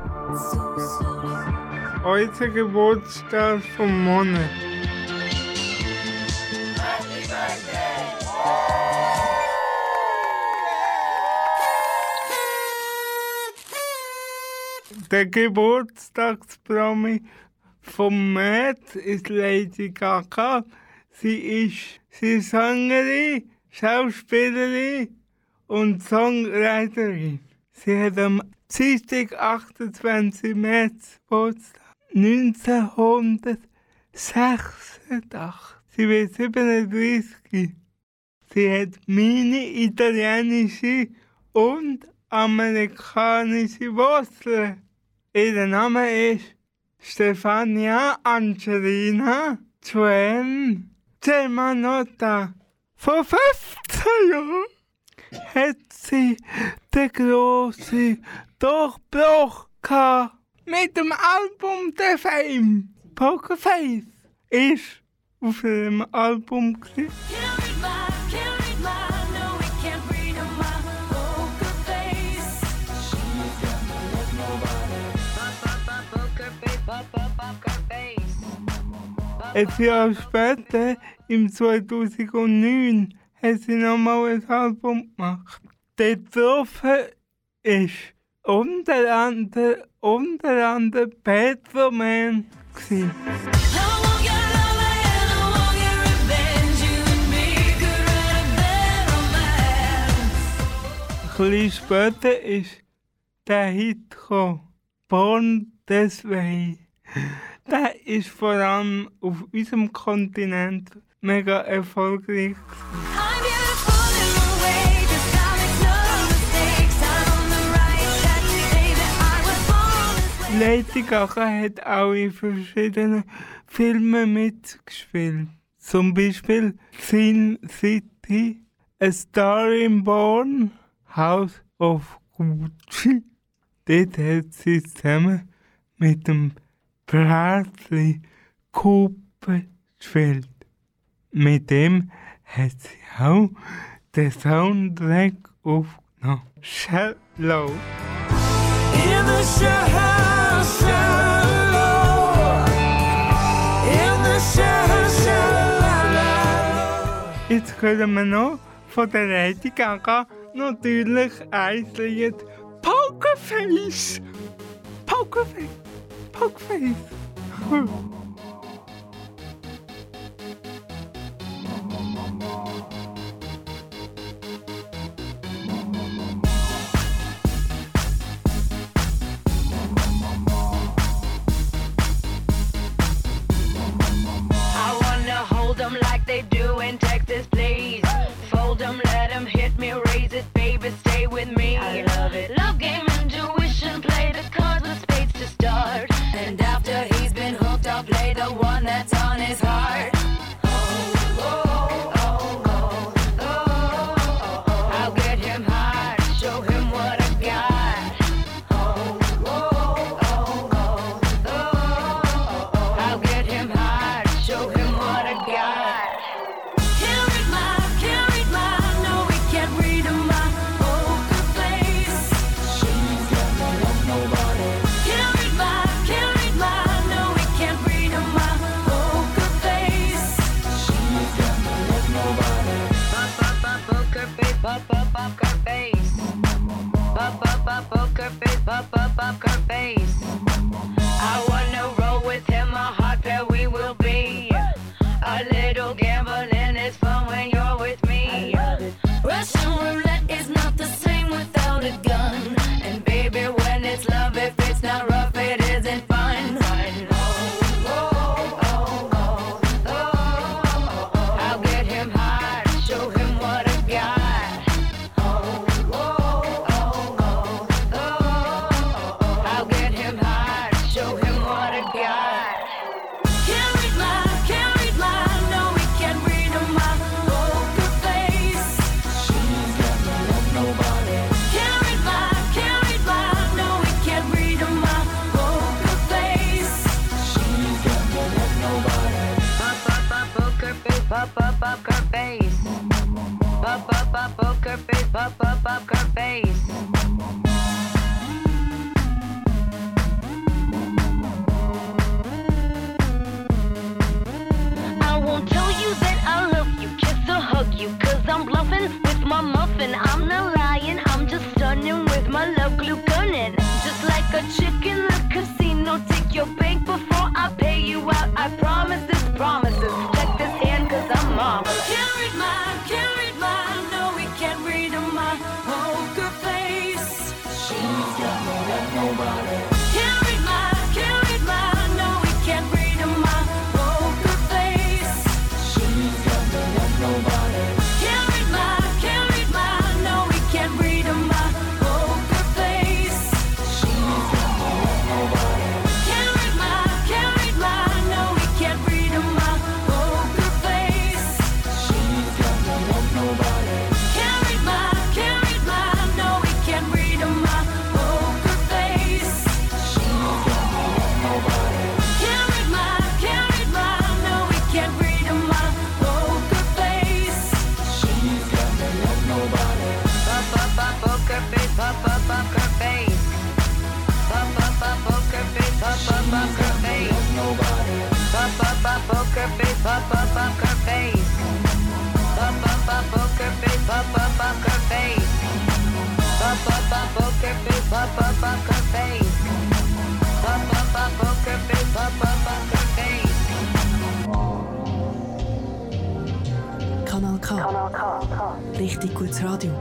Heute Geburtstag vom Monat. Der Geburtstagspromi vom März ist Lady Gaga. Sie ist, sie ist Sängerin, Schauspielerin und Songwriterin. Sie hat am Dienstag, achtundzwanzigsten März Geburtstag neunzehnhundertsechsundachtzig. Sie wird siebenunddreißig. Sie hat meine italienische und amerikanische Wurzeln. Ihr Name ist Stefania Angelina Joanne Germanotta. Vor fünfzehn Jahren hat sie den grossen Durchbruch gehabt mit dem Album The Fame. Pokerface ist auf ihrem Album gewesen. Ein Jahr später, im zweitausendneun, hat sie nochmal ein Album gemacht. Dort drauf ist unter anderem, unter anderem Pedro Man gewesen. Ein bisschen später ist der Hit gekommen, Born This Way. Der ist vor allem auf unserem Kontinent mega erfolgreich. Lady Gaga hat auch in verschiedenen Filmen mitgespielt. Zum Beispiel Sin City, A Star is Born, House of Gucci. Dort hat sie zusammen mit dem Bradley Cooper gespielt. Mit dem hat sie auch den Soundtrack aufgenommen. Shallow. In the shallow, shallow. In the shallow, shallow. Jetzt hören wir noch von der Lady Gaga natürlich ein Lied. Pokerface! Pokerface! Pokerface! that's on his heart. Oh, oh, oh, oh, oh, oh. I'll get him high, show him what I got. Oh, oh, oh, oh, oh. I'll get him high, show him what I got. Can't read my, can't read my, no, we can't read my poker face. She's got no love, nobody. Can't read my, can't read my, no, we can't read my poker face. She's got no love, nobody. Pop, pop, pop, poker face, pop, pop, poker face. Pop, pop, pop, poker face, pop, pop, poker face. I wanna roll with him, a hot pair we will be. A little gambling is fun when you're with me. Russian roulette is not the same without a gun. And baby, when it's love, if it's not rough, it isn't fun. Oh, oh, oh, oh, oh. I'll get him high, show him what I got. Oh, oh, oh, oh, oh. I'll get him high, show him what I got. Can't read my, can't read my, no, we can't read my poker face. She's got no love, nobody. Can't read my, can't read my, no, we can't read my poker face. She's got no love, nobody. Pop, pop, pop, poker face, pop, pop, poker face. Pop, pop, pop, poker face, pop, pop, poker face. I won't tell you that I love you, kiss or hug you, cause I'm bluffing with my muffin. I'm not lying, I'm just stunning with my love glue gunning. Just like a chick in the casino, take your bank before I pay you out. I promise this promises, check this hand cause I'm marvelous. Can't read my, can't read my, no we can't read my poker face. She's got no love, nobody. Can't read my, can't read my, no we can't read my poker face. She's got no love, nobody. Can't read my, can't read my, no we can't read my poker face. She's got no love, nobody. Can't read my, can't read my, no we can't read my poker face. She's got no love, nobody. Can't read my, can't read my, no we can't read my poker face. She's got no love, nobody. Can't read my, can't read my, no we can't read my poker face. She's got no love, nobody. Pop, pop, pop, poker face, pop, pop, poker face. Pop, pop, pop, poker face, pop, pop, poker face. Nobody. Pop, pop, pop, poker face, pop, pop, poker face. Pop, pop, pop, poker face, pop, pop, poker face. Pop, pop, pop, poker face, pop, pop, poker face. Pop, pop, pop, poker face, pop, pop, poker face. Kanal K. Richtig gutes Radio.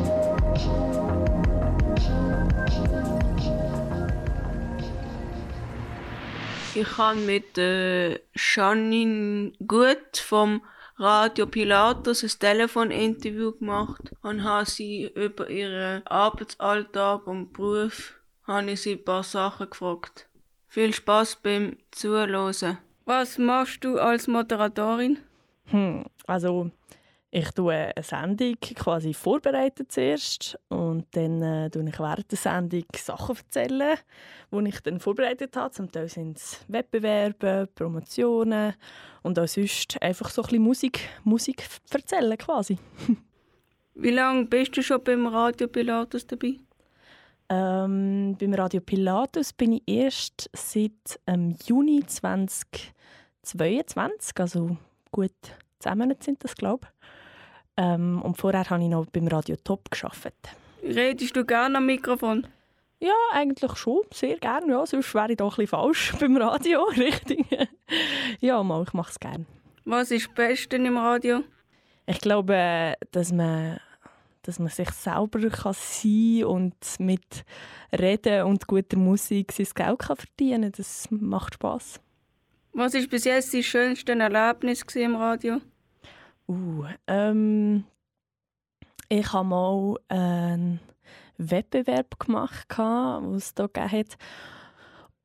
Ich habe mit äh, Janine Gut vom Radio Pilatus ein Telefoninterview gemacht und habe sie über ihren Arbeitsalltag und Beruf habe ich sie ein paar Sachen gefragt. Viel Spaß beim Zuhören. Was machst du als Moderatorin? Hm, also ich tue eine Sendung quasi vorbereiten zuerst und dann äh, tue ich während der Sendung Sachen erzählen, die ich dann vorbereitet habe. Zum Teil sind es Wettbewerbe, Promotionen und auch sonst einfach so ein bisschen Musik, Musik erzählen quasi. Wie lange bist du schon beim Radio Pilatus dabei? Ähm, beim Radio Pilatus bin ich erst seit ähm, Juni zweitausendzweiundzwanzig, also gut zehn Monate sind das, glaube ich. Ähm, und vorher habe ich noch beim Radio Top gearbeitet. Redest du gerne am Mikrofon? Ja, eigentlich schon, sehr gerne. Ja, sonst wäre ich doch ein bisschen falsch beim Radio, richtig? Ja, mal, ich mache es gerne. Was ist das Beste im Radio? Ich glaube, dass man, dass man sich selber kann sein und mit Reden und guter Musik sein Geld kann verdienen kann. Das macht Spass. Was war bis jetzt dein schönstes Erlebnis im Radio? Uh, ähm, ich habe mal einen Wettbewerb gemacht, den es hier gegeben hat.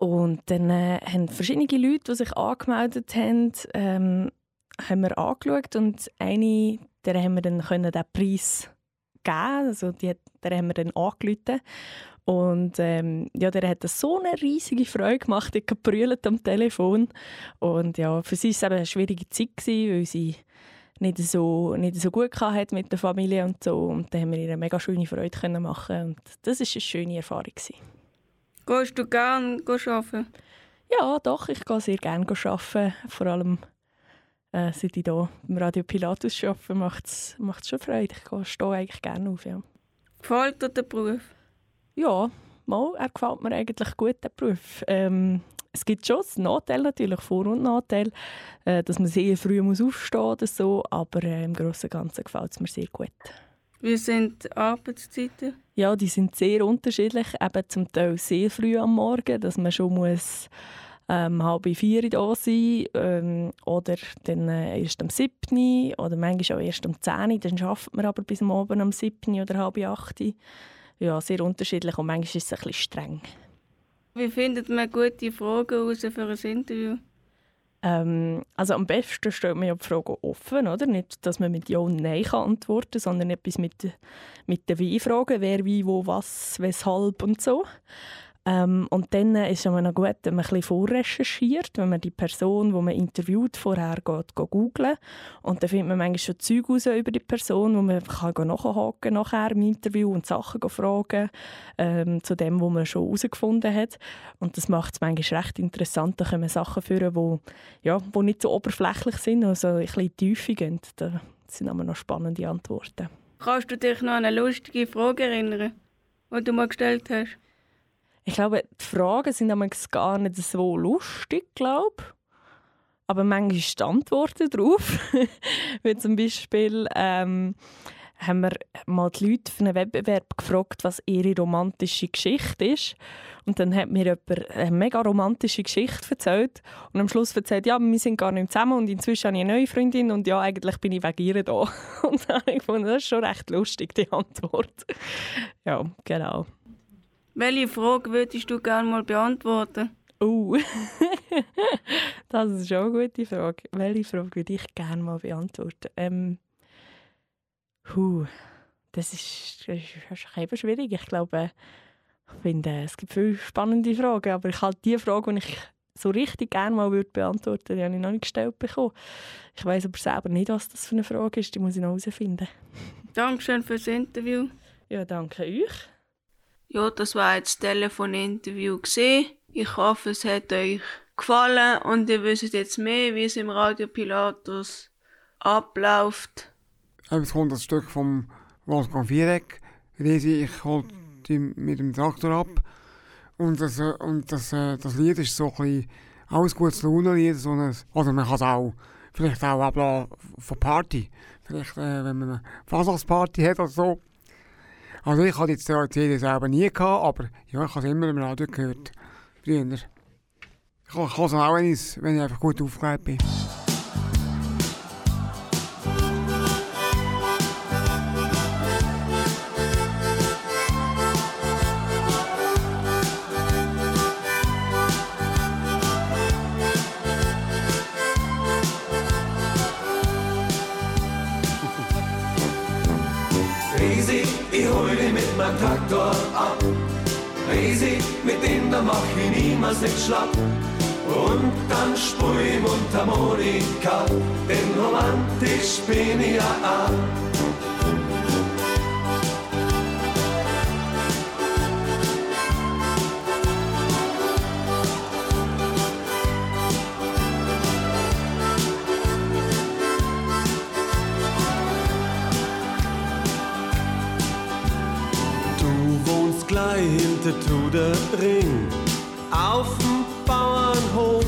Und dann äh, haben verschiedene Leute, die sich angemeldet haben, ähm, haben wir angeschaut und eine, der haben wir dann können den Preis geben, also die, der haben wir dann angerufen. Und ähm, ja, der hat so eine riesige Freude gemacht, ich habe gebrüllt am Telefon. Und ja, für sie war es eben eine schwierige Zeit, gewesen, weil sie nicht so, nicht so gut hatte mit der Familie und so. Und dann haben wir ihr eine mega schöne Freude können machen. Und das war eine schöne Erfahrung gewesen. Gehst du gerne arbeiten? Ja, doch, ich gehe sehr gerne arbeiten. Vor allem äh, seit ich hier beim Radio Pilatus arbeite, macht es schon Freude. Ich stehe eigentlich gerne auf. Ja. Gefällt dir der Beruf? Ja, mal, er gefällt mir eigentlich gut, der Beruf. Ähm, es gibt schon einen Nachteil natürlich, Vor- und Nachteil, äh, dass man sehr früh muss aufstehen muss oder so, aber äh, im Großen und Ganzen gefällt es mir sehr gut. Wie sind die Arbeitszeiten? Ja, die sind sehr unterschiedlich, eben zum Teil sehr früh am Morgen, dass man schon muss ähm, halb vier da sein ähm, oder dann äh, erst am siebten oder manchmal auch erst am zehn. Dann arbeitet man aber bis am Abend am siebten oder halb acht. Ja, sehr unterschiedlich und manchmal ist es ein bisschen streng. Wie findet man gute Fragen heraus für ein Interview? Ähm, also am besten stellt man ja die Fragen offen, oder? Nicht, dass man mit Ja und Nein kann antworten kann, sondern etwas mit, mit den Wie-Fragen, wer, wie, wo, was, weshalb und so. Ähm, und dann ist es immer noch gut, wenn man ein bisschen vorrecherchiert, wenn man die Person, die man interviewt, vorher geht, geht googlen. Und dann findet man manchmal schon Zeug raus über die Person, wo man kann nachhaken nachher im Interview und Sachen fragen ähm, zu dem, was man schon herausgefunden hat. Und das macht es manchmal recht interessant. Da können Sachen führen, die ja, wo nicht so oberflächlich sind, also ein bisschen in die Tiefe gehen. Das sind aber noch spannende Antworten. Kannst du dich noch an eine lustige Frage erinnern, die du mal gestellt hast? Ich glaube, die Fragen sind gar nicht so lustig, glaube. Aber manchmal die Antworten darauf. Wie zum Beispiel ähm, haben wir mal die Leute für einen Wettbewerb gefragt, was ihre romantische Geschichte ist. Und dann hat mir jemand eine mega romantische Geschichte erzählt. Und am Schluss erzählt, ja, wir sind gar nicht zusammen und inzwischen habe ich eine neue Freundin und ja, eigentlich bin ich wegen ihr da. Und dann habe ich gefunden, das ist schon recht lustig, die Antwort. Ja, genau. Welche Frage würdest du gerne mal beantworten? Oh, das ist schon eine gute Frage. Welche Frage würde ich gerne mal beantworten? Ähm, huh, das ist, das ist eben schwierig. Ich glaube, ich finde, es gibt viele spannende Fragen, aber ich halte die Frage, die ich so richtig gerne mal würde beantworten würde, die habe ich noch nicht gestellt bekommen. Ich weiss aber selber nicht, was das für eine Frage ist. Die muss ich noch herausfinden. Dankeschön fürs Interview. Ja, danke euch. Ja, das war jetzt das Telefoninterview gesehen. Ich hoffe, es hat euch gefallen und ihr wisst jetzt mehr, wie es im Radio Pilatus abläuft. Jetzt kommt das Stück vom Wolfgang Viereck. Resi, ich hole die mit dem Traktor ab. Und das, und das, das Lied ist so ein bisschen alles gutes Laune-Lied. So ein, oder man kann es auch vielleicht auch ablassen von Party. Vielleicht, äh, wenn man eine Fasnachtsparty hat oder so. Also ich hatte jetzt die C D selber nie gehabt, aber ja, ich habe es immer im Radio gehört. Früher. Ich kann es auch, wenn ich, wenn ich einfach gut aufgelegt bin. Resi, ich hol dich mit meinem Traktor ab. Resi, mit dem da mach ich niemals nicht schlapp. Und dann spur ich Mundharmonika, denn romantisch bin ich ja auch. Gleich hinter Trudering auf'm Bauernhof.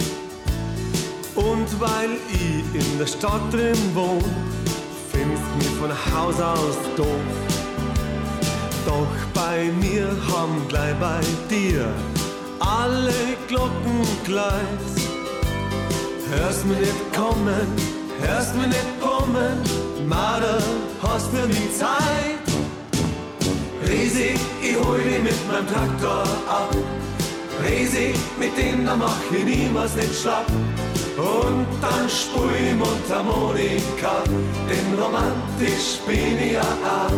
Und weil ich in der Stadt drin wohn, findest mich von Haus aus doof. Doch bei mir haben gleich bei dir alle Glocken gleich. Hörst mir nicht kommen, hörst mir nicht kommen, Marder, hast mir nie Zeit. Resi, ich hol dich mit meinem Traktor ab. Resi, mit denen mach ich niemals nicht schlapp. Und dann spul ich Mundharmonika, denn romantisch bin ich ja auch.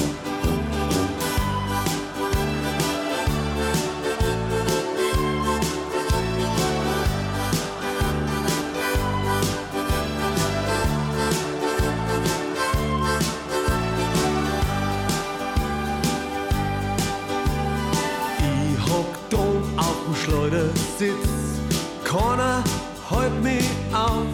Schleudersitz, keiner hält mich auf.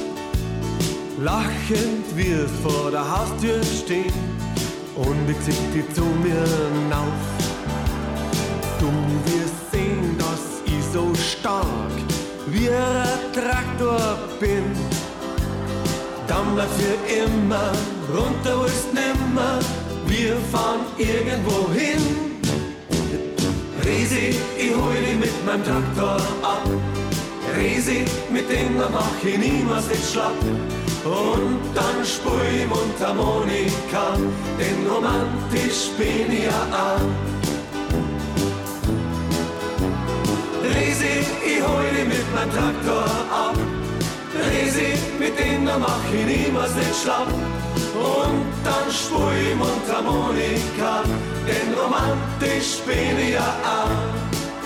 Lachend wirst vor der Haustür stehen und ich zieh dich zu mir hinauf. Du wirst sehen, dass ich so stark wie ein Traktor bin. Dann bleib für immer, runter willst nimmer, wir fahren irgendwo hin. Resi, ich hol dich mit meinem Traktor ab. Resi, mit dem mach ich niemals nicht schlapp. Und dann spul ich Mundharmonika, denn romantisch bin ich ja auch. Resi, ich hol dich mit meinem Traktor ab. Resi, mit dem mach ich niemals nicht schlapp. Und dann spul ich Mundharmonika, denn romantisch bin ich ja auch.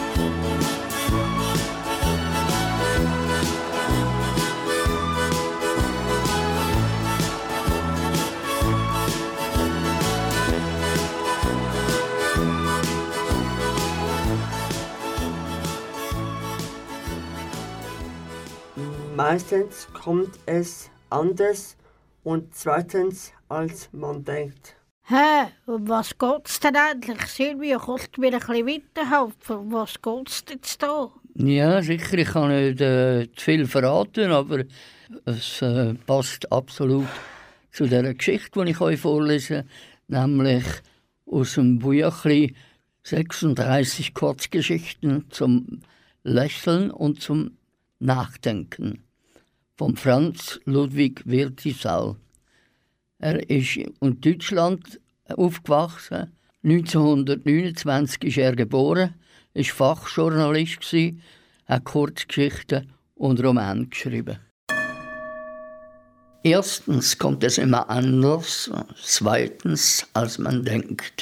Meistens kommt es anders und zweitens, als man denkt. Hä, um was geht's denn eigentlich? Silvio, kannst du mir ein bisschen weiterhelfen? Um was geht's jetzt da? Ja, sicher, ich kann nicht äh, zu viel verraten, aber es äh, passt absolut zu der Geschichte, die ich euch vorlese, nämlich aus dem Büchlein sechsunddreißig Kurzgeschichten zum Lächeln und zum Nachdenken von Franz Ludwig Wirtisau. Er ist in Deutschland aufgewachsen. neunzehnhundertneunundzwanzig ist er geboren, war Fachjournalist, hat Kurzgeschichten und Romane geschrieben. Erstens kommt es immer anders, zweitens, als man denkt.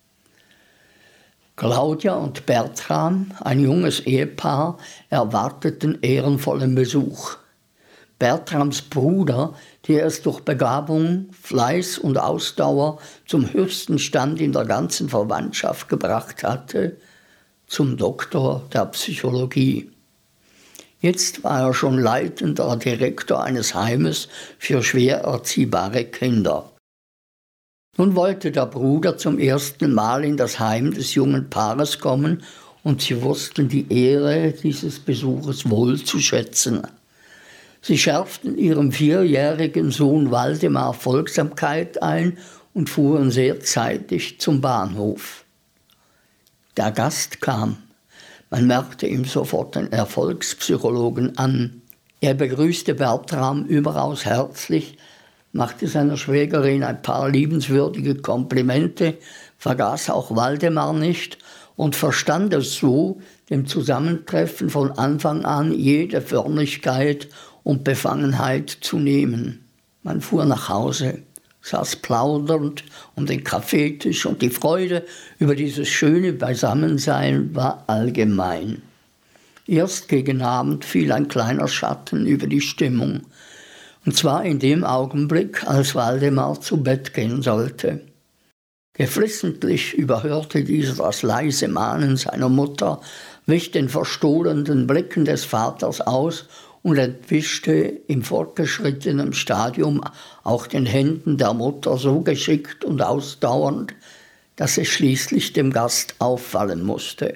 Claudia und Bertram, ein junges Ehepaar, erwarteten ehrenvollen Besuch. Bertrams Bruder, der es durch Begabung, Fleiß und Ausdauer zum höchsten Stand in der ganzen Verwandtschaft gebracht hatte, zum Doktor der Psychologie. Jetzt war er schon leitender Direktor eines Heimes für schwer erziehbare Kinder. Nun wollte der Bruder zum ersten Mal in das Heim des jungen Paares kommen und sie wussten die Ehre dieses Besuches wohl zu schätzen. Sie schärften ihrem vierjährigen Sohn Waldemar Folgsamkeit ein und fuhren sehr zeitig zum Bahnhof. Der Gast kam. Man merkte ihm sofort den Erfolgspsychologen an. Er begrüßte Bertram überaus herzlich, machte seiner Schwägerin ein paar liebenswürdige Komplimente, vergaß auch Waldemar nicht und verstand es so, dem Zusammentreffen von Anfang an jede Förmlichkeit und Befangenheit zu nehmen. Man fuhr nach Hause, saß plaudernd um den Kaffeetisch und die Freude über dieses schöne Beisammensein war allgemein. Erst gegen Abend fiel ein kleiner Schatten über die Stimmung. Und zwar in dem Augenblick, als Waldemar zu Bett gehen sollte. Geflissentlich überhörte dieser das leise Mahnen seiner Mutter, wich den verstohlenen Blicken des Vaters aus und entwischte im fortgeschrittenen Stadium auch den Händen der Mutter so geschickt und ausdauernd, dass es schließlich dem Gast auffallen musste.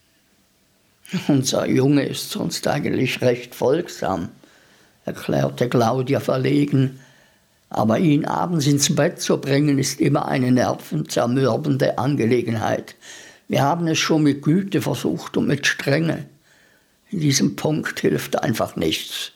»Unser Junge ist sonst eigentlich recht folgsam«, erklärte Claudia verlegen, »aber ihn abends ins Bett zu bringen, ist immer eine nervenzermürbende Angelegenheit. Wir haben es schon mit Güte versucht und mit Strenge. In diesem Punkt hilft einfach nichts.«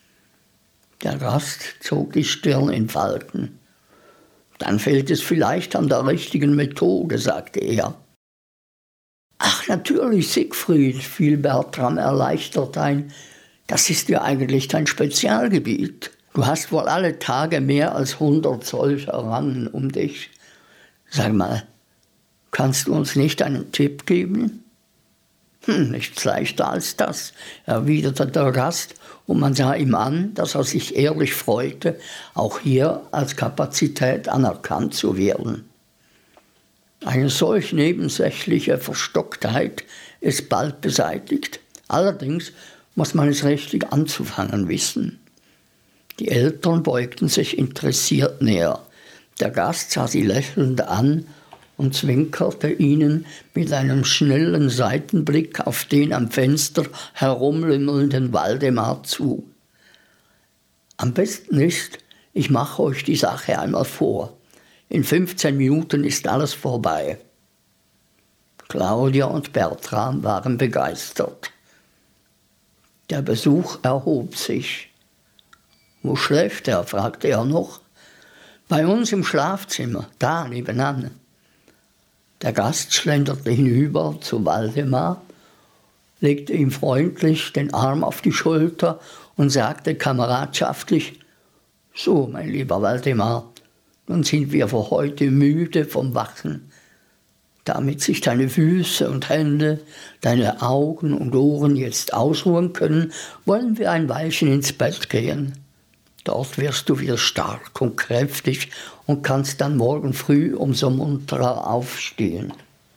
Der Gast zog die Stirn in Falten. »Dann fehlt es vielleicht an der richtigen Methode«, sagte er. »Ach Ach, natürlich, Siegfried, fiel Bertram erleichtert ein. Das ist ja eigentlich dein Spezialgebiet. Du hast wohl alle Tage mehr als hundert solcher Rannen um dich. Sag mal, kannst du uns nicht einen Tipp geben? Hm, nichts leichter als das, erwiderte der Gast, und man sah ihm an, dass er sich ehrlich freute, auch hier als Kapazität anerkannt zu werden. Eine solch nebensächliche Verstocktheit ist bald beseitigt. Allerdings muss man es richtig anzufangen wissen. Die Eltern beugten sich interessiert näher. Der Gast sah sie lächelnd an und zwinkerte ihnen mit einem schnellen Seitenblick auf den am Fenster herumlümmelnden Waldemar zu. Am besten ist, ich mache euch die Sache einmal vor. In fünfzehn Minuten ist alles vorbei. Claudia und Bertram waren begeistert. Der Besuch erhob sich. »Wo schläft er?« fragte er noch. »Bei uns im Schlafzimmer, da nebenan.« Der Gast schlenderte hinüber zu Waldemar, legte ihm freundlich den Arm auf die Schulter und sagte kameradschaftlich: »So, mein lieber Waldemar, nun sind wir für heute müde vom Wachen. Damit sich deine Füße und Hände, deine Augen und Ohren jetzt ausruhen können, wollen wir ein Weilchen ins Bett gehen. Dort wirst du wieder stark und kräftig und kannst dann morgen früh umso munterer aufstehen.«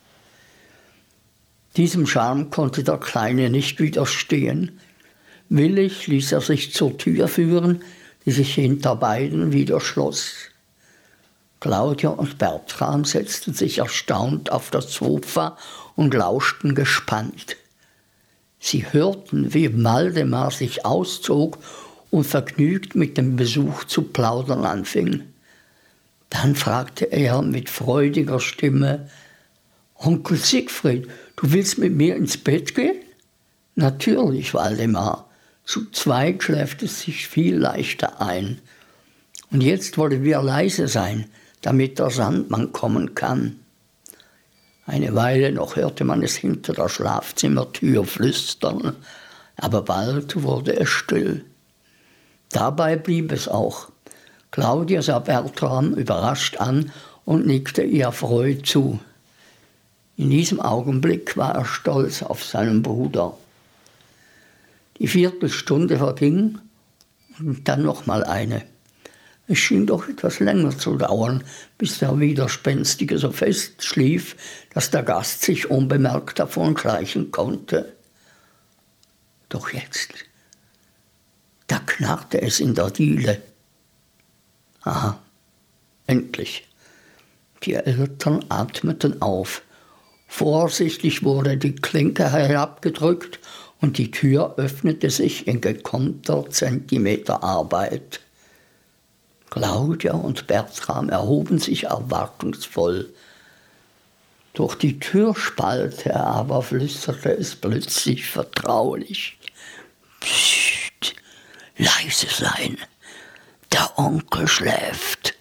Diesem Charme konnte der Kleine nicht widerstehen. Willig ließ er sich zur Tür führen, die sich hinter beiden wieder schloss. Claudia und Bertram setzten sich erstaunt auf das Sofa und lauschten gespannt. Sie hörten, wie Waldemar sich auszog und vergnügt mit dem Besuch zu plaudern anfing. Dann fragte er mit freudiger Stimme: »Onkel Siegfried, du willst mit mir ins Bett gehen?« »Natürlich, Waldemar. Zu zweit schläft es sich viel leichter ein. Und jetzt wollen wir leise sein, damit der Sandmann kommen kann.« Eine Weile noch hörte man es hinter der Schlafzimmertür flüstern, aber bald wurde es still. Dabei blieb es auch. Claudia sah Bertram überrascht an und nickte ihr freudig zu. In diesem Augenblick war er stolz auf seinen Bruder. Die Viertelstunde verging und dann noch mal eine. Es schien doch etwas länger zu dauern, bis der Widerspenstige so fest schlief, dass der Gast sich unbemerkt davon schleichen konnte. Doch jetzt, da knarrte es in der Diele. Aha, endlich. Die Eltern atmeten auf. Vorsichtig wurde die Klinke herabgedrückt und die Tür öffnete sich in gekonnter Zentimeterarbeit. Claudia und Bertram erhoben sich erwartungsvoll. Durch die Türspalte aber flüsterte es plötzlich vertraulich: »Psst, leise sein, der Onkel schläft.«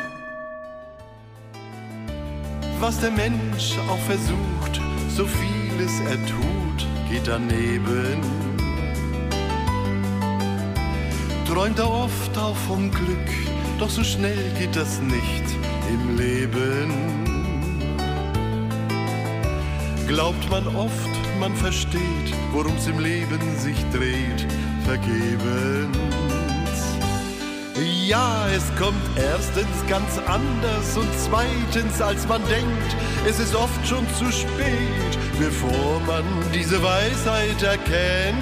Was der Mensch auch versucht, so vieles er tut, geht daneben. Träumt er oft auch vom Glück, doch so schnell geht das nicht im Leben. Glaubt man oft, man versteht, worum's im Leben sich dreht, vergebens. Ja, es kommt erstens ganz anders und zweitens, als man denkt, es ist oft schon zu spät, bevor man diese Weisheit erkennt.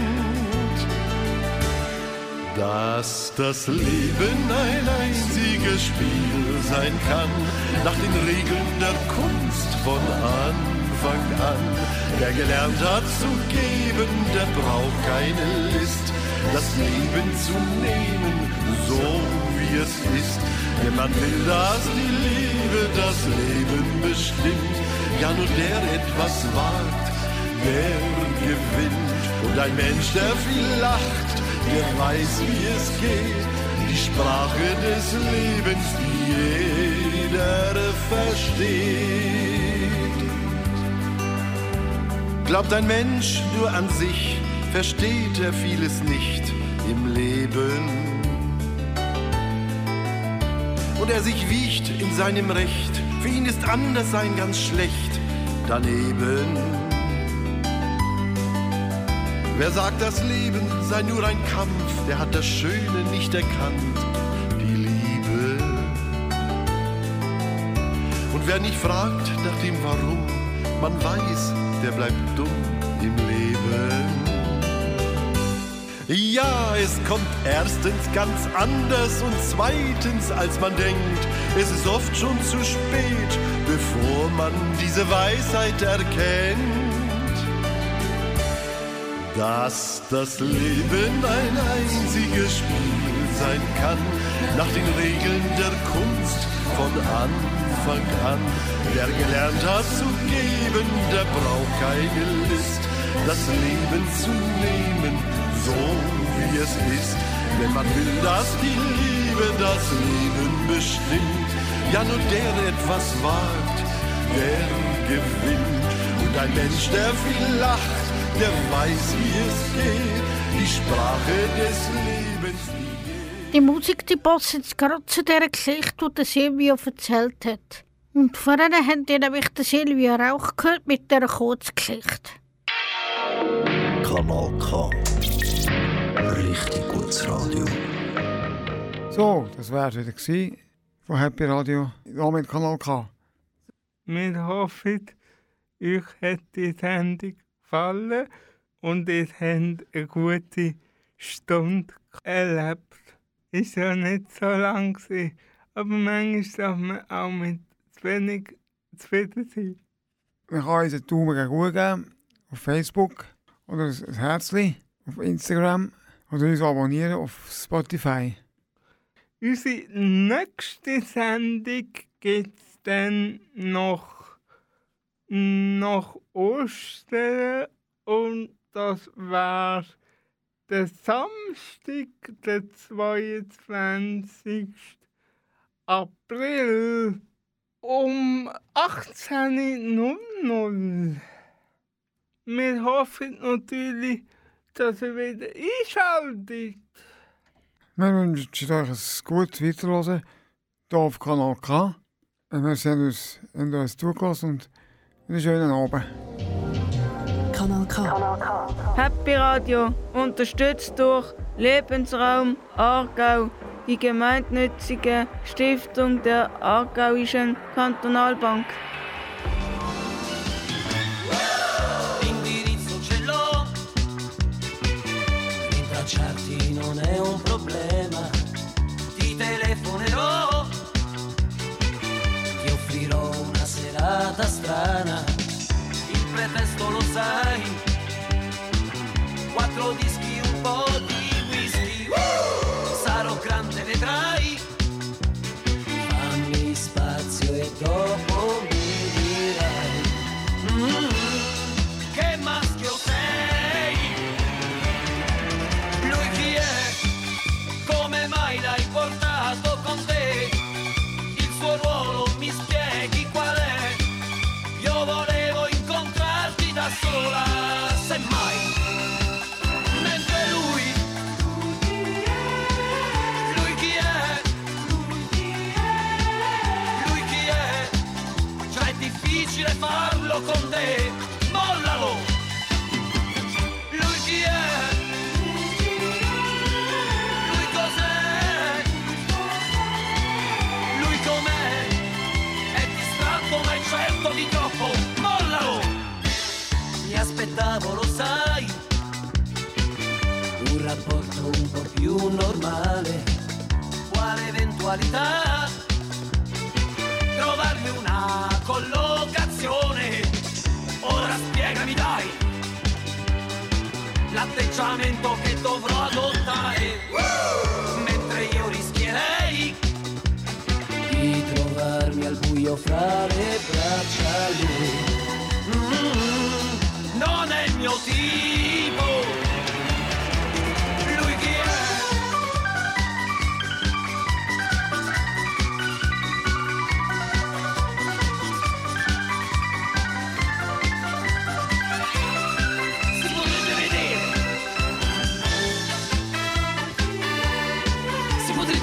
Dass das Leben ein einziges Spiel sein kann, nach den Regeln der Kunst von Anfang an. Wer gelernt hat zu geben, der braucht keine List, das Leben zu nehmen, so wie es ist. Wenn man will, dass die Liebe das Leben bestimmt, ja nur der etwas wagt, der gewinnt. Und ein Mensch, der viel lacht, der weiß, wie es geht, die Sprache des Lebens, die jeder versteht. Glaubt ein Mensch nur an sich, versteht er vieles nicht im Leben. Und er sich wiegt in seinem Recht, für ihn ist anders sein ganz schlecht daneben. Wer sagt, das Leben sei nur ein Kampf, der hat das Schöne nicht erkannt, die Liebe. Und wer nicht fragt nach dem Warum, man weiß, der bleibt dumm im Leben. Ja, es kommt erstens ganz anders und zweitens, als man denkt. Es ist oft schon zu spät, bevor man diese Weisheit erkennt. Dass das Leben ein einziges Spiel sein kann, nach den Regeln der Kunst von Anfang an. Wer gelernt hat zu geben, der braucht keine List, das Leben zu nehmen, so wie es ist. Wenn man will, dass die Liebe das Leben bestimmt, ja nur der etwas wagt, der gewinnt. Und ein Mensch, der viel lacht, der weiß, wie es geht, die Sprache des Lebens. Die Musik, die passt jetzt gerade zu dieser Geschichte, die der Silvio erzählt hat. Und vorher habt ihr nämlich den Silvio auch gehört mit dieser Kurzgeschichte. Kanal K. Richtig gutes Radio. So, das war es wieder von Happy Radio, hier mit Kanal K. Wir hoffen, euch hat die Sendung gefallen und ihr habt eine gute Stunde erlebt. Ist ja nicht so lang gewesen, aber manchmal darf man auch mit zu wenig zufrieden sein. Man kann uns einen Daumen gegen geben auf Facebook oder ein Herzchen auf Instagram oder uns abonnieren auf Spotify. Unsere nächste Sendung gibt es dann noch nach Ostern und das war der Samstag, der zweiundzwanzigsten April um achtzehn Uhr. Wir hoffen natürlich, dass ihr wieder einschaltet. Wir wünschen euch ein gutes Weiterhören hier auf Kanal K. Und wir sehen uns, wenn ihr uns zugelassen und einen schönen Abend. Kanal K. Happy Radio, unterstützt durch Lebensraum Aargau, die gemeinnützige Stiftung der Aargauischen Kantonalbank. L'indirizzo ce l'ho, rintracciarti non è un problema, ti telefonerò, ti offrirò una serata strana, il pretesto lo sai, quattro dischi, un po' di whisky, sarò grande, vedrai, fammi spazio e dopo mi dirai mm, che maschio sei, lui chi è, come mai l'hai portato con te, il suo ruolo mi spieghi qual è, io volevo incontrarti da sola, semmai, mentre lui, lui chi è, lui chi è, già è difficile farlo con te, mollalo, lui chi è, lui cos'è, lui com'è, è distratto ma è certo di troppo, mollalo, mi aspettavo, lo sai, un rapporto un po' più normale, quale eventualità, trovarmi una collocazione, ora spiegami dai, l'atteggiamento che dovrò adottare, mentre io rischierei di trovarmi al buio fra le braccia lui, mm, non è il mio tipo.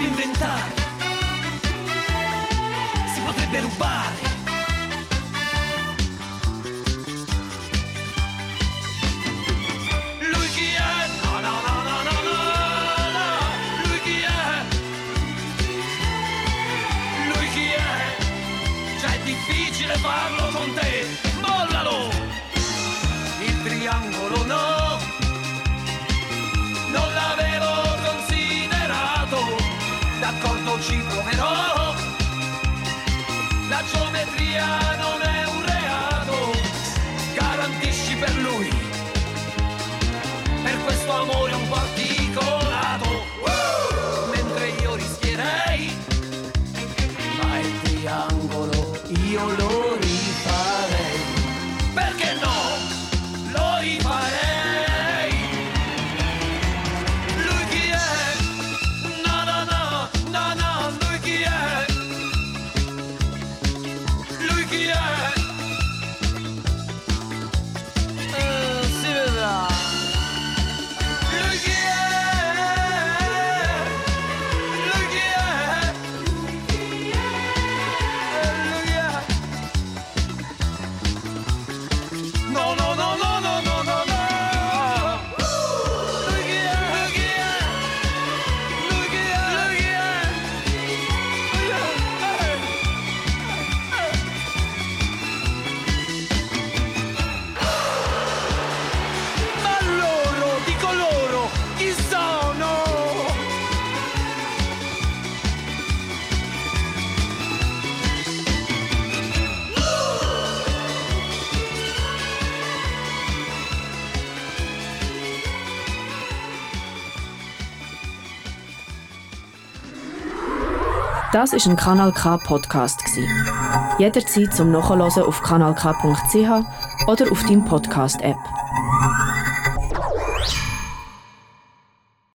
potrebbe inventare, si potrebbe rubare. Lui chi è? No, no, no, no, no, no, no. Lui chi è? Lui chi è? Già è difficile farlo con te, mollalo! Il triangolo no, non l'avevo considerato, d'accordo ci proverò, la geometria non è un reato, garantisci per lui, per questo amore un po' articolato, uh! Mentre io rischierei, ma il triangolo io lo rifarei, perché no, lo rifarei. Lui chi è? No, no, no, no, no, lui chi è? Lui chi è? Eh, si vedrà. Lui chi è? Lui chi è? Eh, lui chi è? No, no, no, no, no, no, no, no. Lui chi è? Lui chi è? Lui chi è? Lui chi è? Ma loro, dico loro, chi sono? Das ist ein Kanal K Podcast gsi. Jederzeit zum Nachhören auf kanal k punkt c h oder auf deinem Podcast App.